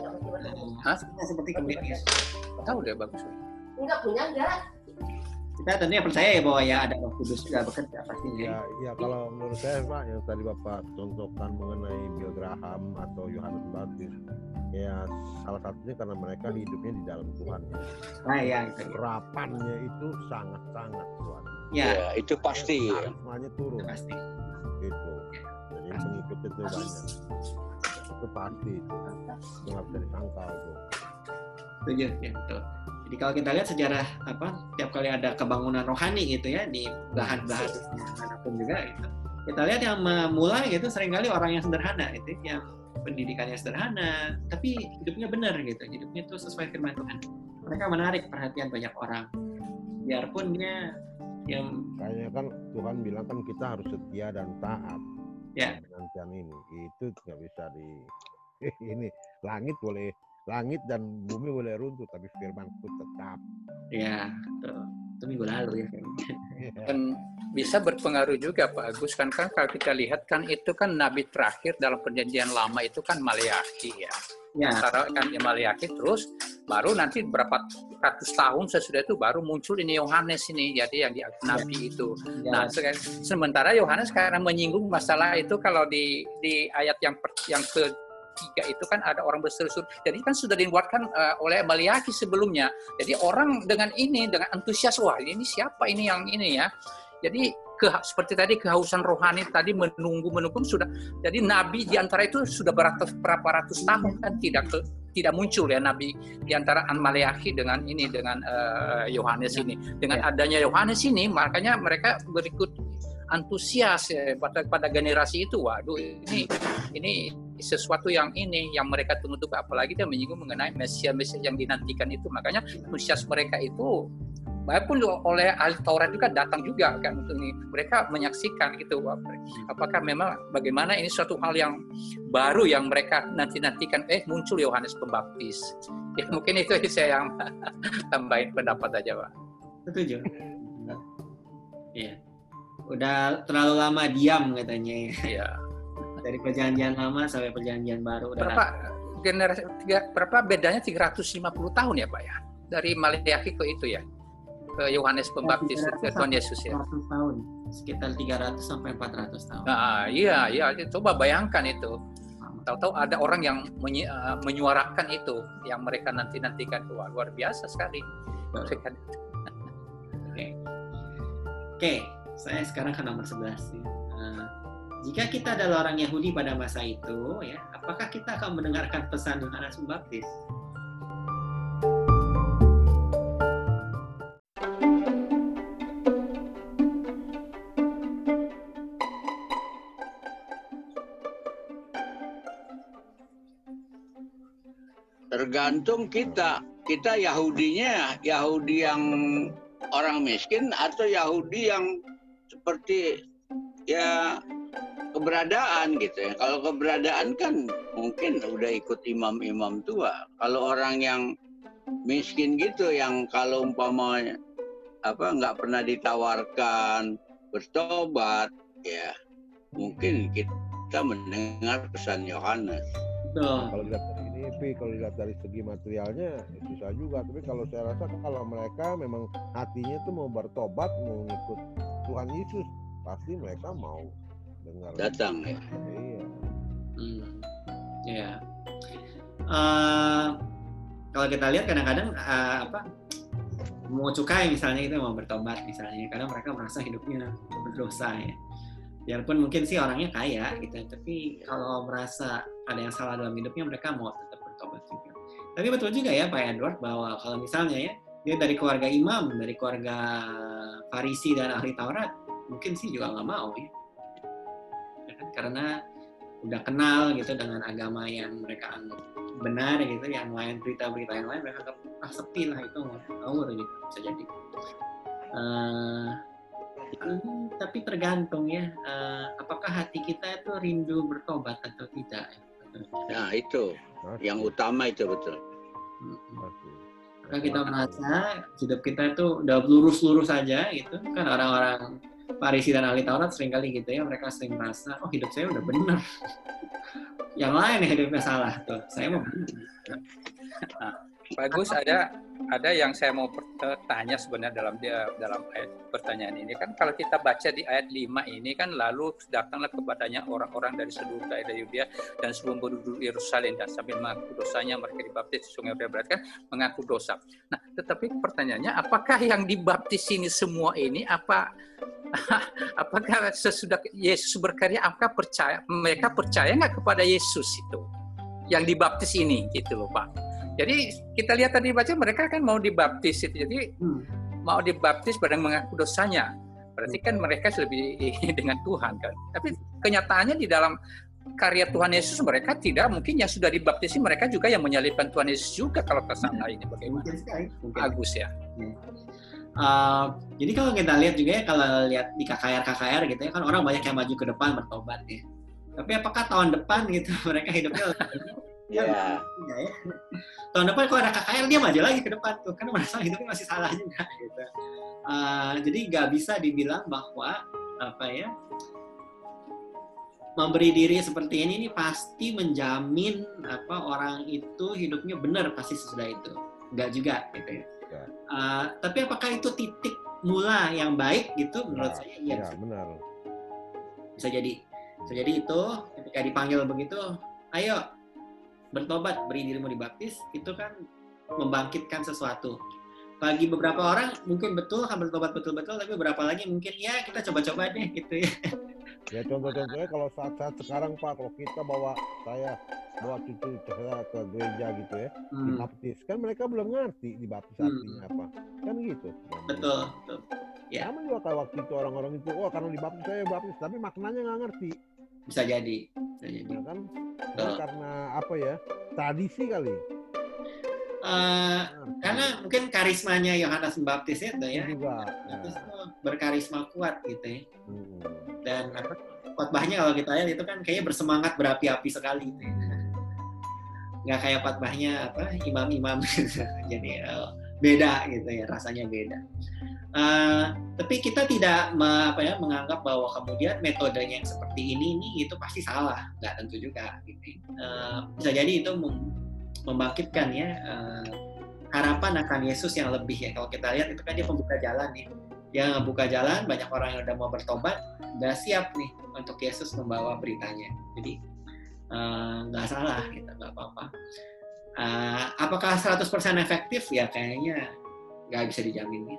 Hah?
Seperti kemudian.
Tahu deh, bagus.
Enggak punya, enggak.
Kita tentunya percaya ya bahwa ya ada Roh Kudus juga bekerja pastinya.
Ya, ya kalau menurut saya Pak, yang tadi Bapak contohkan mengenai Bill Graham atau Yohanes Pembaptis, ya salah satunya karena mereka hidupnya di dalam Tuhan.
Nah ya, itu.
Harapannya itu sangat-sangat Tuhan.
Ya,
Ya, itu pasti.
Semuanya turun.
itu pasti.
Gitu. Jadi pengikutnya itu banyak. Itu pasti. Itu nggak bisa disangkal itu.
Setuju, ya betul. Jadi kalau kita lihat sejarah apa, tiap kali ada kebangunan rohani gitu ya di belahan-belahan manapun juga gitu. Kita lihat yang memulai gitu seringkali orang yang sederhana itu, yang pendidikannya sederhana, tapi hidupnya benar gitu. Hidupnya itu sesuai firman Tuhan. Mereka menarik perhatian banyak orang. Biarpun dia yang
Kayaknya kan Tuhan bilang kan kita harus setia dan taat.
ya
Penantian ini itu nggak bisa di ini langit boleh langit dan bumi boleh runtuh tapi firmanku tetap.
ya itu, itu minggu lalu ya kayaknya.
Dan bisa berpengaruh juga Pak Agus, kan kan kalau kita lihat kan itu kan nabi terakhir dalam perjanjian lama itu kan Maleakhi ya.
Ya.
Antara kan Maleakhi terus baru nanti berapa ratus tahun sesudah itu baru muncul ini Yohanes ini, jadi yang di nabi itu.
Ya.
Nah, sementara Yohanes karena menyinggung masalah itu kalau di di ayat yang per, yang ke tiga itu kan ada orang berseru-seru. Jadi kan sudah dibuatkan uh, oleh Maleakhi sebelumnya. Jadi orang dengan ini dengan antusias, wah ini siapa ini yang ini ya. Jadi ke, seperti tadi kehausan rohani tadi menunggu menunggu sudah. Jadi nabi di antara itu sudah beratus berapa ratus tahun kan tidak tidak muncul ya nabi di antara Maleakhi dengan ini dengan Yohanes uh, ini. Dengan ya. Adanya Yohanes ini makanya mereka berikut antusias ya, pada pada generasi itu. Waduh ini ini sesuatu yang ini yang mereka tunggu-tunggu, apalagi dia menyinggung mengenai Mesias-Mesias yang dinantikan itu. Makanya antusias mereka itu walaupun oleh ahli Taurat juga datang juga kan untuk ini, mereka menyaksikan gitu apakah memang bagaimana ini suatu hal yang baru yang mereka nanti-nantikan. Eh muncul Yohanes Pembaptis ya, mungkin itu saya yang tambahin pendapat aja Pak.
Setuju. Iya. Udah terlalu lama diam katanya ya.
Iya.
Dari perjanjian lama sampai perjanjian baru. Udah
berapa generasi tiga, berapa bedanya tiga ratus lima puluh tahun ya Pak ya dari Maleakhi ke itu ya ke Yohanes Pembaptis ke Tuhan Yesus ya.
tiga ratus tahun, sekitar tiga ratus sampai empat ratus tahun.
Nah, iya iya coba bayangkan itu. Tahu-tahu ada orang yang menyi, uh, menyuarakan itu yang mereka nanti-nantikan. Wah, luar biasa sekali. Oke.
Oke. Oke, saya sekarang ke nomor sebelas ya. Uh, Jika kita adalah orang Yahudi pada masa itu, ya, apakah kita akan mendengarkan pesan Yohanes Pembaptis?
Tergantung kita. Kita Yahudinya, Yahudi yang orang miskin atau Yahudi yang seperti ya keberadaan gitu ya. Kalau keberadaan kan mungkin udah ikut imam-imam tua. Kalau orang yang miskin gitu, yang kalau umpamanya apa nggak pernah ditawarkan bertobat, ya mungkin kita mendengar pesan Yohanes.
Betul.
Kalau dilihat dari ini, Pi, kalau dilihat dari segi materialnya ya susah juga. Tapi kalau saya rasa kalau mereka memang hatinya tuh mau bertobat, mau ngikut Tuhan Yesus, pasti mereka mau dengar.
Datang ya.
Iya.
Hmm. Ya. Uh, kalau kita lihat kadang-kadang uh, apa mau cukai misalnya itu mau bertobat misalnya, kadang mereka merasa hidupnya berdosa ya. Biarpun mungkin sih orangnya kaya gitu, tapi kalau merasa ada yang salah dalam hidupnya mereka mau tetap bertobat juga. Tapi betul juga ya Pak Edward bahwa kalau misalnya ya dia dari keluarga imam, dari keluarga Farisi dan ahli Taurat, mungkin sih juga nggak mau ya. Karena udah kenal gitu dengan agama yang mereka anggap benar gitu, yang lain berita-berita yang lain mereka anggap ah sepi lah itu ngawur gitu, bisa jadi. Uh, ini, tapi tergantung ya, uh, apakah hati kita itu rindu bertobat atau tidak.
Nah itu yang utama itu betul.
Karena kita merasa hidup kita itu udah lurus-lurus saja gitu, kan orang-orang Farisi dan ahli Taurat seringkali gitu ya, mereka sering merasa oh hidup saya udah benar, yang lain ya hidupnya salah tuh, saya mau benar.
Nah, bagus, ada ada yang saya mau tanya sebenarnya dalam dia dalam ayat pertanyaan ini kan, kalau kita baca di ayat lima ini kan, lalu datanglah kepadanya orang-orang dari seluruh daerah Yudea dan sebelum penduduk Yerusalem dan sambil mengaku dosanya mereka dibaptis di Sungai Efrat, kan mengaku dosa. Nah, tetapi pertanyaannya, apakah yang dibaptis ini semua ini apa apakah sesudah Yesus berkarya, apakah percaya mereka percaya nggak kepada Yesus itu yang dibaptis ini gitu loh Pak? Jadi kita lihat tadi baca mereka kan mau dibaptis itu, jadi hmm. mau dibaptis pada mengaku dosanya. Berarti kan mereka lebih dengan Tuhan kan. Tapi kenyataannya di dalam karya Tuhan Yesus mereka tidak, mungkin yang sudah dibaptisi mereka juga yang menyalibkan Tuhan Yesus juga kalau kesana ini bagaimana?
Mungkin sekali. Mungkin.
Bagus ya.
Uh, jadi kalau kita lihat juga ya, kalau lihat di K K R K K R gitu ya kan, orang banyak yang maju ke depan bertobat ya. Tapi apakah tahun depan gitu mereka hidupnya
ya, yeah.
ya. Tahun depan kalau ada K K R dia maju lagi ke depan tuh, karena merasa hidupnya masih salah juga gitu. Uh, jadi nggak bisa dibilang bahwa apa ya, memberi diri seperti ini ini pasti menjamin apa orang itu hidupnya benar pasti sesudah itu, nggak juga gitu ya. Uh, tapi apakah itu titik mula yang baik gitu? Menurut ya, saya iya.
Ya, benar.
Bisa jadi, bisa jadi itu ketika dipanggil begitu, ayo bertobat, beri dirimu dibaptis, itu kan membangkitkan sesuatu. Bagi beberapa orang mungkin betul akan bertobat betul-betul, tapi beberapa lagi mungkin ya kita coba-coba deh gitu ya.
Ya contoh-contohnya kalau saat-saat sekarang Pak, kalau kita bawa saya bawa cucu saya ke gereja gitu ya, hmm. dibaptis, kan mereka belum ngerti dibaptis artinya hmm. apa, kan gitu.
Betul, betul.
Ya. Sama juga kayak waktu itu orang-orang itu, oh karena dibaptis saya baptis, tapi maknanya nggak ngerti.
Bisa jadi, bisa jadi.
Ya kan? Kan karena apa ya, tradisi kali.
Uh, karena mungkin karismanya Yohanes Pembaptis itu ya,
juga,
ya. Itu berkarisma kuat gitu ya. Hmm. Dan apa, khotbahnya kalau kita lihat itu kan kayaknya bersemangat berapi-api sekali gitu ya. Nggak kayak khotbahnya apa imam-imam gitu. Jadi uh, beda gitu ya, rasanya beda. Uh, tapi kita tidak me, apa ya, menganggap bahwa kemudian metodenya yang seperti ini ini itu pasti salah, nggak tentu juga gitu. Uh, bisa jadi itu mem- membangkitkan ya uh, harapan akan Yesus yang lebih ya. Kalau kita lihat itu kan dia pembuka jalan nih, dia ngebuka jalan, banyak orang yang udah mau bertobat, udah siap nih untuk Yesus membawa beritanya. Jadi nggak uh, salah gitu, nggak apa-apa. Uh, apakah seratus persen efektif ya? Kayaknya nggak bisa dijamin ya.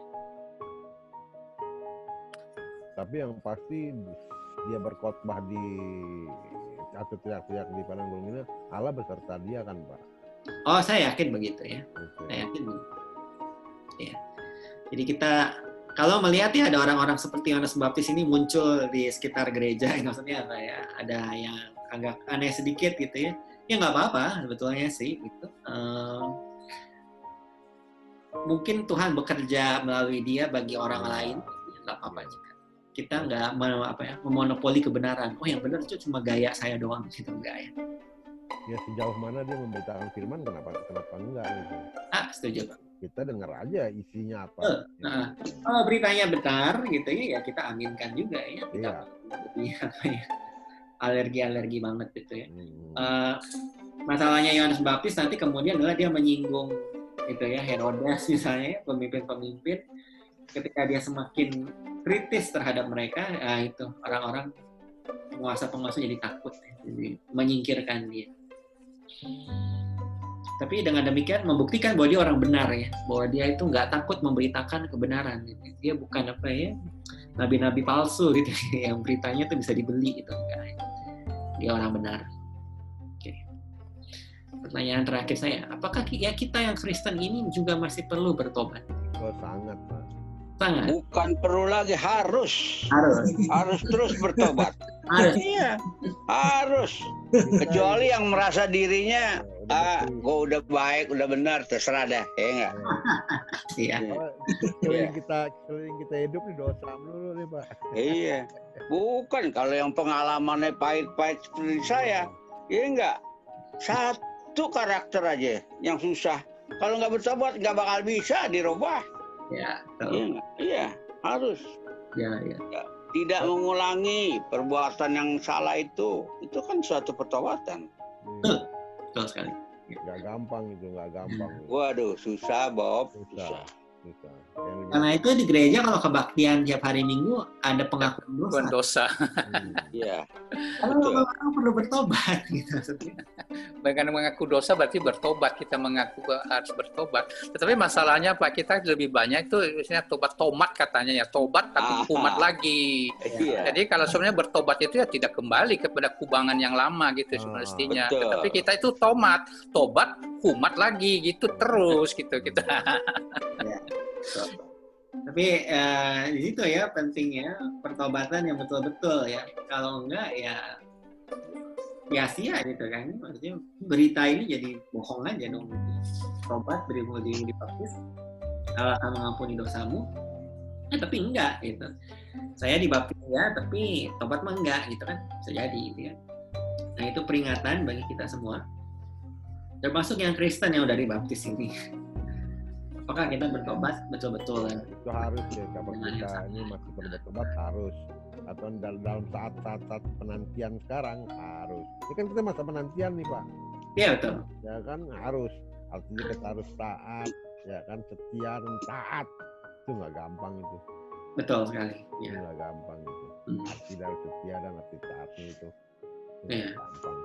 Tapi yang pasti dia berkhotbah di atau teriak-teriak di padang gurun ini, Allah beserta dia kan Pak?
Oh saya yakin begitu ya. Okay. Saya yakin begitu. Ya. Jadi kita kalau melihat ya ada orang-orang seperti Yohanes Pembaptis ini muncul di sekitar gereja, maksudnya apa ya? Ada yang agak aneh sedikit gitu ya. Ya nggak apa-apa sebetulnya sih gitu. Uh, mungkin Tuhan bekerja melalui dia bagi orang lain, ya nggak apa-apa juga. Kita nggak apa ya memonopoli kebenaran. Oh yang benar itu cuma gaya saya doang gitu, enggak ya.
Ya sejauh mana dia memberitakan firman, kenapa kenapa enggak gitu.
Ah setuju Pak.
Kita dengar aja isinya apa.
Uh, nah, kalau beritanya benar gitu ya, ya kita aminkan juga ya. Kita
iya.
apa ya, alergi-alergi banget gitu ya. Hmm. Uh, masalahnya Yohanes Baptis nanti kemudian adalah dia menyinggung gitu ya Herodes misalnya, pemimpin-pemimpin, ketika dia semakin kritis terhadap mereka, ya itu orang-orang penguasa-penguasa jadi takut, jadi menyingkirkan dia. Tapi dengan demikian membuktikan bahwa dia orang benar ya, bahwa dia itu nggak takut memberitakan kebenaran. Gitu. Dia bukan apa ya nabi-nabi palsu gitu yang beritanya itu bisa dibeli gitu, enggak. Dia orang benar. Oke. Pertanyaan terakhir saya, apakah ya kita yang Kristen ini juga masih perlu bertobat?
Oh sangat Pak.
Sangat.
Bukan perlu lagi, harus.
Harus.
Harus terus bertobat.
Harus.
Iya, harus. Kecuali yang merasa dirinya, ah, gue udah baik, udah benar, terserah dah, ya enggak?
Iya.
Keliling kita, keliling kita hidup di dosa melulu nih Pak.
Iya. Bukan, kalau yang pengalamannya pahit-pahit seperti saya, ya enggak. Satu karakter aja yang susah. Kalau nggak bertobat, nggak bakal bisa dirubah.
Ya,
iya, iya, harus.
Ya, ya.
Ya, tidak mengulangi perbuatan yang salah itu, itu kan suatu pertobatan.
Betul, betul sekali.
Nggak gampang itu, nggak gampang.
Waduh, susah Bob, susah.
susah. susah.
Karena itu di gereja kalau kebaktian tiap hari Minggu ada pengakuan dosa.
dosa.
Iya.
Kalau orang perlu bertobat gitu maksudnya.
Bukan mengaku dosa berarti bertobat, kita mengaku harus bertobat. Tetapi masalahnya Pak, kita lebih banyak itu misalnya tobat tomat katanya ya, tobat tapi kumat lagi.
Iya.
Jadi kalau sebenarnya bertobat itu ya tidak kembali kepada kubangan yang lama gitu semestinya.
Betul.
Tetapi kita itu tomat, tobat kumat lagi gitu terus gitu kita.
Ya. Tapi eh, di situ ya pentingnya pertobatan yang betul-betul ya. Kalau enggak ya sia-sia gitu kan. Maksudnya berita ini jadi bohong aja dong. Tobat berimu diri dibaptis, Allah akan mengampuni dosamu. Eh, tapi enggak gitu. Saya dibaptis ya, tapi tobat mah enggak gitu kan. Bisa jadi gitu ya. Nah itu peringatan bagi kita semua. Termasuk yang Kristen yang udah dibaptis ini. Apakah kita bertobat betul-betul?
Itu harus ya, kalau kita ini masih perlu bertobat harus. Atau dalam saat-saat penantian sekarang harus. Ini kan kita masa penantian nih Pak.
Iya betul.
Ya kan harus. Artinya kita harus taat, ya kan setia dan taat. Itu nggak gampang itu.
Betul sekali.
Itu
Ya.
nggak gampang itu.
Hmm.
Arti dari setia dan arti taatnya itu. Itu
Iya.
nggak gampang.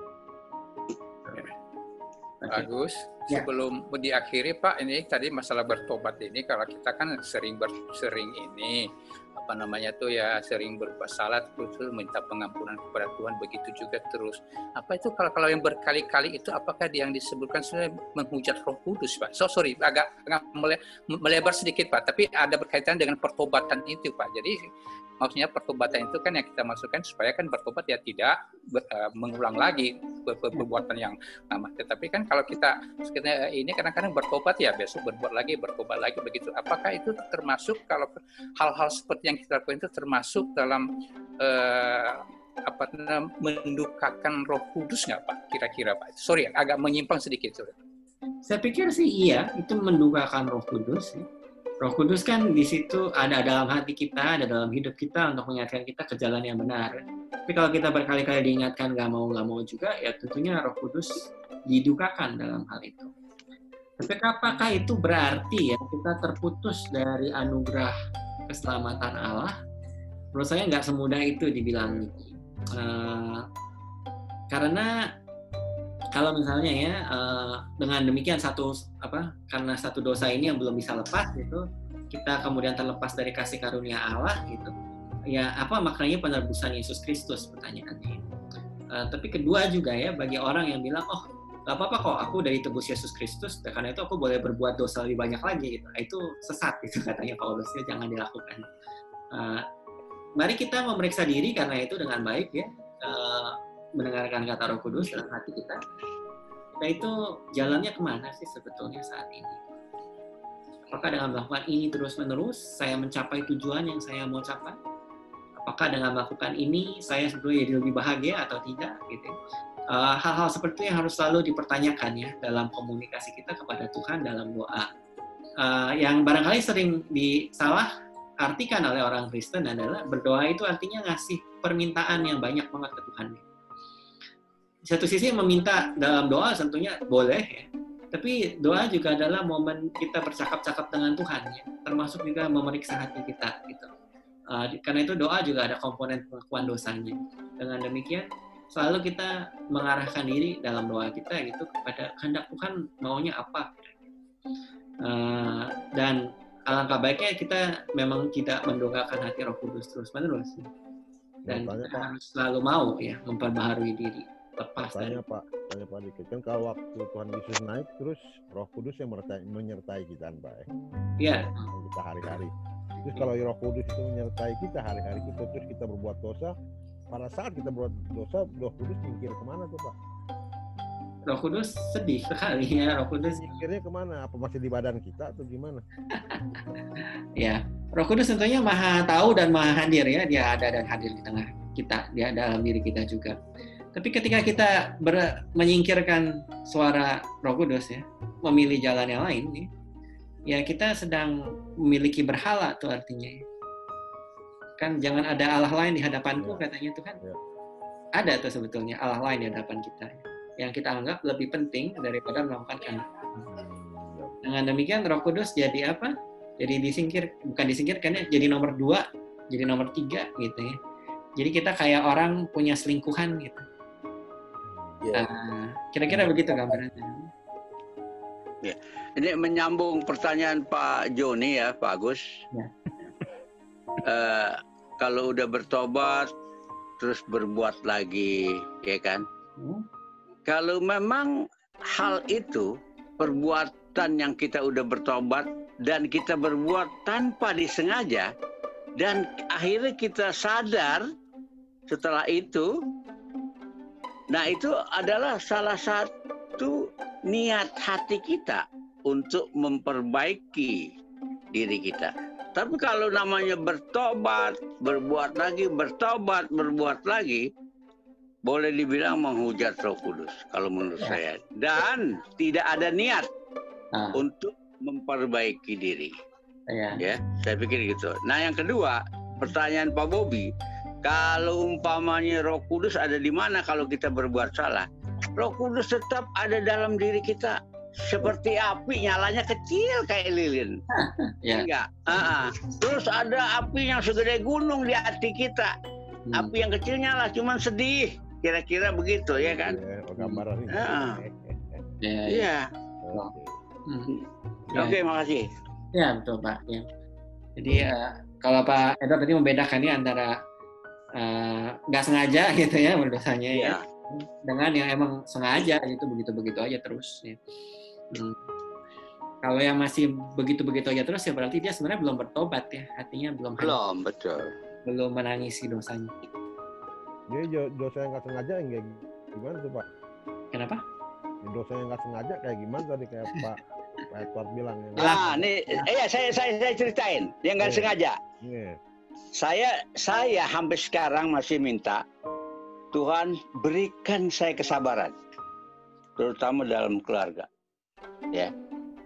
Bagus.
Ya.
Sebelum diakhiri Pak, ini tadi masalah bertobat ini, kalau kita kan sering ber, sering ini apa namanya tuh ya sering berbuat salah terus minta pengampunan kepada Tuhan, begitu juga terus. Apa itu kalau kalau yang berkali-kali itu apakah yang disebutkan sebenarnya menghujat Roh Kudus Pak? So sorry agak, agak melebar sedikit Pak, tapi ada berkaitan dengan pertobatan itu Pak. Jadi maksudnya pertobatan itu kan yang kita maksudkan supaya kan bertobat ya tidak ber, uh, mengulang lagi perbuatan yang lama. Tetapi kan kalau kita ini kadang-kadang bertobat ya besok berbuat lagi, bertobat lagi begitu. Apakah itu termasuk kalau hal-hal seperti yang kita lakukan itu termasuk dalam uh, apa namanya mendukakan Roh Kudus nggak Pak? Kira-kira Pak? Sorry agak menyimpang sedikit. Sorry.
Saya pikir sih iya, itu mendukakan Roh Kudus. Ya. Roh Kudus kan di situ ada dalam hati kita, ada dalam hidup kita untuk mengingatkan kita ke jalan yang benar. Tapi kalau kita berkali-kali diingatkan nggak mau nggak mau juga, ya tentunya Roh Kudus didukakan dalam hal itu. Tapi apakah itu berarti ya kita terputus dari anugerah keselamatan Allah? Menurut saya nggak semudah itu dibilang. Uh, karena kalau misalnya ya uh, dengan demikian satu apa karena satu dosa ini yang belum bisa lepas gitu, kita kemudian terlepas dari kasih karunia Allah gitu. Ya apa maknanya penebusan Yesus Kristus pertanyaannya. Uh, tapi kedua juga ya bagi orang yang bilang oh nggak apa-apa kok aku dari tebus Yesus Kristus, karena itu aku boleh berbuat dosa lebih banyak lagi gitu. Itu sesat gitu katanya Paulusnya, jangan dilakukan. Uh, mari kita memeriksa diri karena itu dengan baik ya. Uh, mendengarkan kata Roh Kudus dalam hati kita. kita itu jalannya kemana sih sebetulnya saat ini? Apakah dengan melakukan ini terus-menerus saya mencapai tujuan yang saya mau capai? Apakah dengan melakukan ini saya sebetulnya jadi lebih bahagia atau tidak? Gitu. Uh, hal-hal seperti itu yang harus selalu dipertanyakan ya dalam komunikasi kita kepada Tuhan dalam doa. Uh, yang barangkali sering disalah artikan oleh orang Kristen adalah berdoa itu artinya ngasih permintaan yang banyak banget ke Tuhan. Di satu sisi meminta dalam doa tentunya boleh ya. Tapi doa juga adalah momen kita bercakap-cakap dengan Tuhan, ya. Termasuk juga memeriksa hati kita. Gitu. Uh, karena itu doa juga ada komponen pengakuan dosanya. Dengan demikian, selalu kita mengarahkan diri dalam doa kita gitu kepada kehendak Tuhan maunya apa. Uh, dan alangkah baiknya kita memang tidak mendoakan hati Roh Kudus terus-menerus. Ya. Dan
Tanya,
kita
Pak.
harus selalu mau ya memperbaharui diri. Lepas
Tanya
dari
Pak, tanya Pak dikit. Kan kalau waktu Tuhan Yesus naik, terus Roh Kudus yang menyertai, menyertai kita, Pak.
ya.
Kita hari-hari. Terus kalau Roh Kudus itu menyertai kita hari-hari kita, terus kita berbuat dosa, pada saat kita berbuat dosa, Roh Kudus mikir kemana tuh Pak?
Roh Kudus sedih sekali ya. Roh Kudus
Mikirnya kemana? Apa masih di badan kita atau gimana?
ya. Roh Kudus tentunya maha tahu dan maha hadir ya. Dia ada dan hadir di tengah kita, dia dalam diri kita juga. Tapi ketika kita ber, menyingkirkan suara Roh Kudus ya, memilih jalan yang lain, ya, ya kita sedang memiliki berhala tuh artinya. Kan jangan ada Allah lain di hadapanku,
ya.
Katanya Tuhan.
Ya.
Ada tuh sebetulnya Allah lain di hadapan kita, yang kita anggap lebih penting daripada melakukan kehendak. Dengan demikian Roh Kudus jadi apa? Jadi disingkir, bukan disingkirkan ya, jadi nomor dua, jadi nomor tiga gitu ya. Jadi kita kayak orang punya selingkuhan gitu.
Ya.
Uh, kira-kira begitu gambarannya.
Ya. Ini menyambung pertanyaan Pak Joni ya, Pak Agus.
Ya.
Uh, kalau udah bertobat, terus berbuat lagi, ya kan?
Hmm.
Kalau memang hal itu, perbuatan yang kita udah bertobat, dan kita berbuat tanpa disengaja, dan akhirnya kita sadar setelah itu, nah itu adalah salah satu niat hati kita untuk memperbaiki diri kita. Tapi kalau namanya bertobat, berbuat lagi, bertobat, berbuat lagi, boleh dibilang menghujat Roh Kudus kalau menurut ya. saya. Dan tidak ada niat ah. untuk memperbaiki diri.
Ya.
ya, saya pikir gitu. Nah yang kedua, pertanyaan Pak Bobi, kalau umpamanya Roh Kudus ada di mana kalau kita berbuat salah? Roh Kudus tetap ada dalam diri kita. Seperti api, nyalanya kecil kayak lilin.
Ya.
Enggak. Uh-uh. Terus ada api yang segede gunung di hati kita. Hmm. Api yang kecil nyala, cuman sedih. Kira-kira begitu ya kan?
Ya, gambaran ini.
Uh.
Ya, ya.
Iya.
Oke.
Hmm.
Ya. Oke, makasih.
Ya, betul Pak. Ya. Jadi uh, kalau Pak Edward tadi membedakan ini antara nggak uh, sengaja gitu ya berdosanya ya. ya, dengan yang emang sengaja gitu begitu-begitu aja terus. Ya. Hmm. Kalau yang masih begitu-begitu aja terus ya berarti dia sebenarnya belum bertobat ya, hatinya belum.
Belum, betul.
Belum menangisi dosanya.
Jadi dosa yang nggak sengaja yang kayak gimana tuh Pak?
Kenapa?
Dosa yang nggak sengaja kayak gimana tadi kayak Pak Pak Edward bilang.
Ah, nih, eh saya saya saya ceritain yang nggak yeah. sengaja.
Yeah.
Saya saya sampai sekarang masih minta Tuhan berikan saya kesabaran, terutama dalam keluarga. Ya.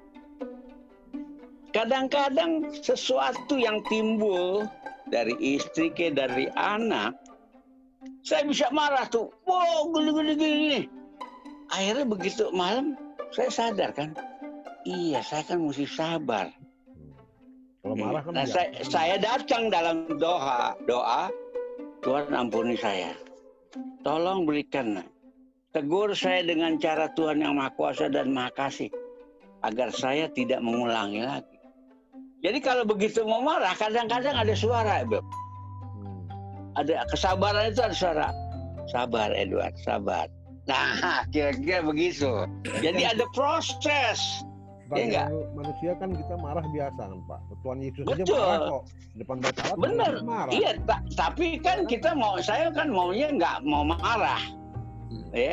Kadang-kadang sesuatu yang timbul dari istri ke dari anak, saya bisa marah tuh, wow gini gini gini. Akhirnya begitu malam saya sadar kan, iya saya kan mesti sabar.
Kalau marah kan
nah, saya, saya datang dalam doa, doa, Tuhan ampuni saya. Tolong berikan, tegur saya dengan cara Tuhan yang Maha Kuasa dan Maha Kasih, agar saya tidak mengulangi lagi. Jadi kalau begitu mau marah, kadang-kadang ada suara, Beb. Ada kesabaran itu ada suara. Sabar, Edward, sabar. Nah, kira-kira begitu. Jadi ada proses.
Sebagai ya manusia kan kita marah biasa kan Pak. Tuhan Yesus aja
Betul.
marah kok. Depan baca Allah.
Benar. Iya, ta- tapi kan kita mau, saya kan maunya nggak mau marah, hmm. ya.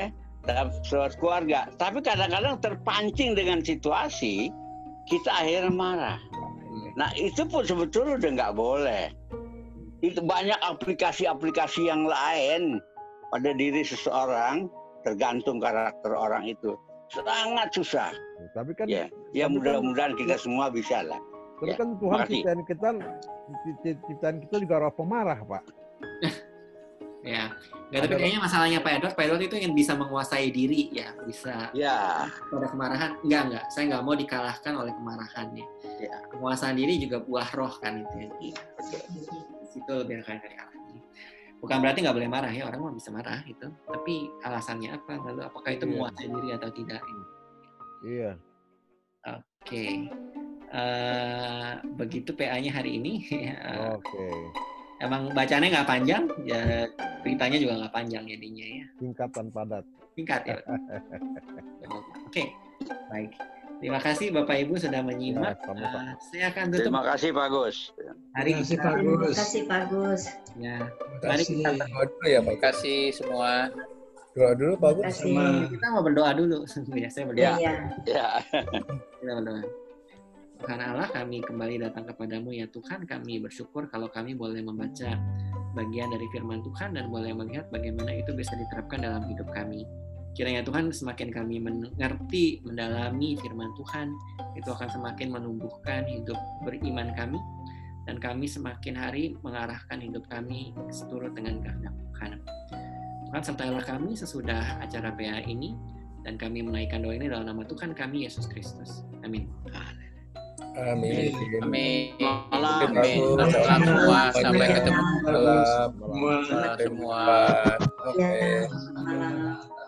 dalam suatu keluarga. Tapi kadang-kadang terpancing dengan situasi, kita akhirnya marah. Nah itu pun sebetulnya udah nggak boleh. Itu banyak aplikasi-aplikasi yang lain pada diri seseorang, tergantung karakter orang itu. Sangat susah.
Ya, tapi kan
ya, ya mudah-mudahan kita semua bisa lah.
Tapi
ya,
kan Tuhan
makasih.
ciptaan kita, ciptaan kita juga roh pemarah, Pak.
Ya, nggak, tapi kayaknya masalahnya Pak Edward, Pak Edward itu ingin bisa menguasai diri ya, bisa.
Ya.
Pada kemarahan, enggak enggak, saya nggak mau dikalahkan oleh kemarahannya. Ya, penguasaan diri juga buah roh kan itu. Ya. Itu lebih akan kalahkan. Bukan berarti nggak boleh marah ya, orang mah bisa marah gitu. Tapi alasannya apa? Lalu apakah itu menguasai diri atau tidak?
Iya.
Oke. Okay. Uh, begitu P A-nya hari ini. Uh, Oke. Okay. Emang bacanya nggak panjang, ya beritanya juga nggak panjang jadinya ya.
Singkat dan padat.
Singkat ya. Oke, okay. Baik. Terima kasih Bapak Ibu sudah menyimak. Ya, uh, saya akan tutup.
Terima kasih Pak Gus.
Hari
Terima kasih Pak Gus.
Terima kasih Pak Gus.
Ya.
Mari kita berdoa dulu ya Pak.
Terima kasih semua.
Doa dulu Pak Gus.
Kita mau berdoa dulu. Ya, saya berdoa.
Ya. Ya.
Kita berdoa. Tuhan Allah, kami kembali datang kepadamu ya Tuhan. Kami bersyukur kalau kami boleh membaca bagian dari firman Tuhan dan boleh melihat bagaimana itu bisa diterapkan dalam hidup kami. Kiranya Tuhan semakin kami mengerti, mendalami firman Tuhan, itu akan semakin menumbuhkan hidup beriman kami, dan kami semakin hari mengarahkan hidup kami seturut dengan kehendak Tuhan. Tuhan sertailah kami sesudah acara P A ini, dan kami menaikkan doa ini dalam nama Tuhan kami, Yesus Kristus. Amin.
Amin.
Amin. Malam. Amin. Salam semua. Sampai ketemu.
Malam.
Malam semua.
Oke.
Malam.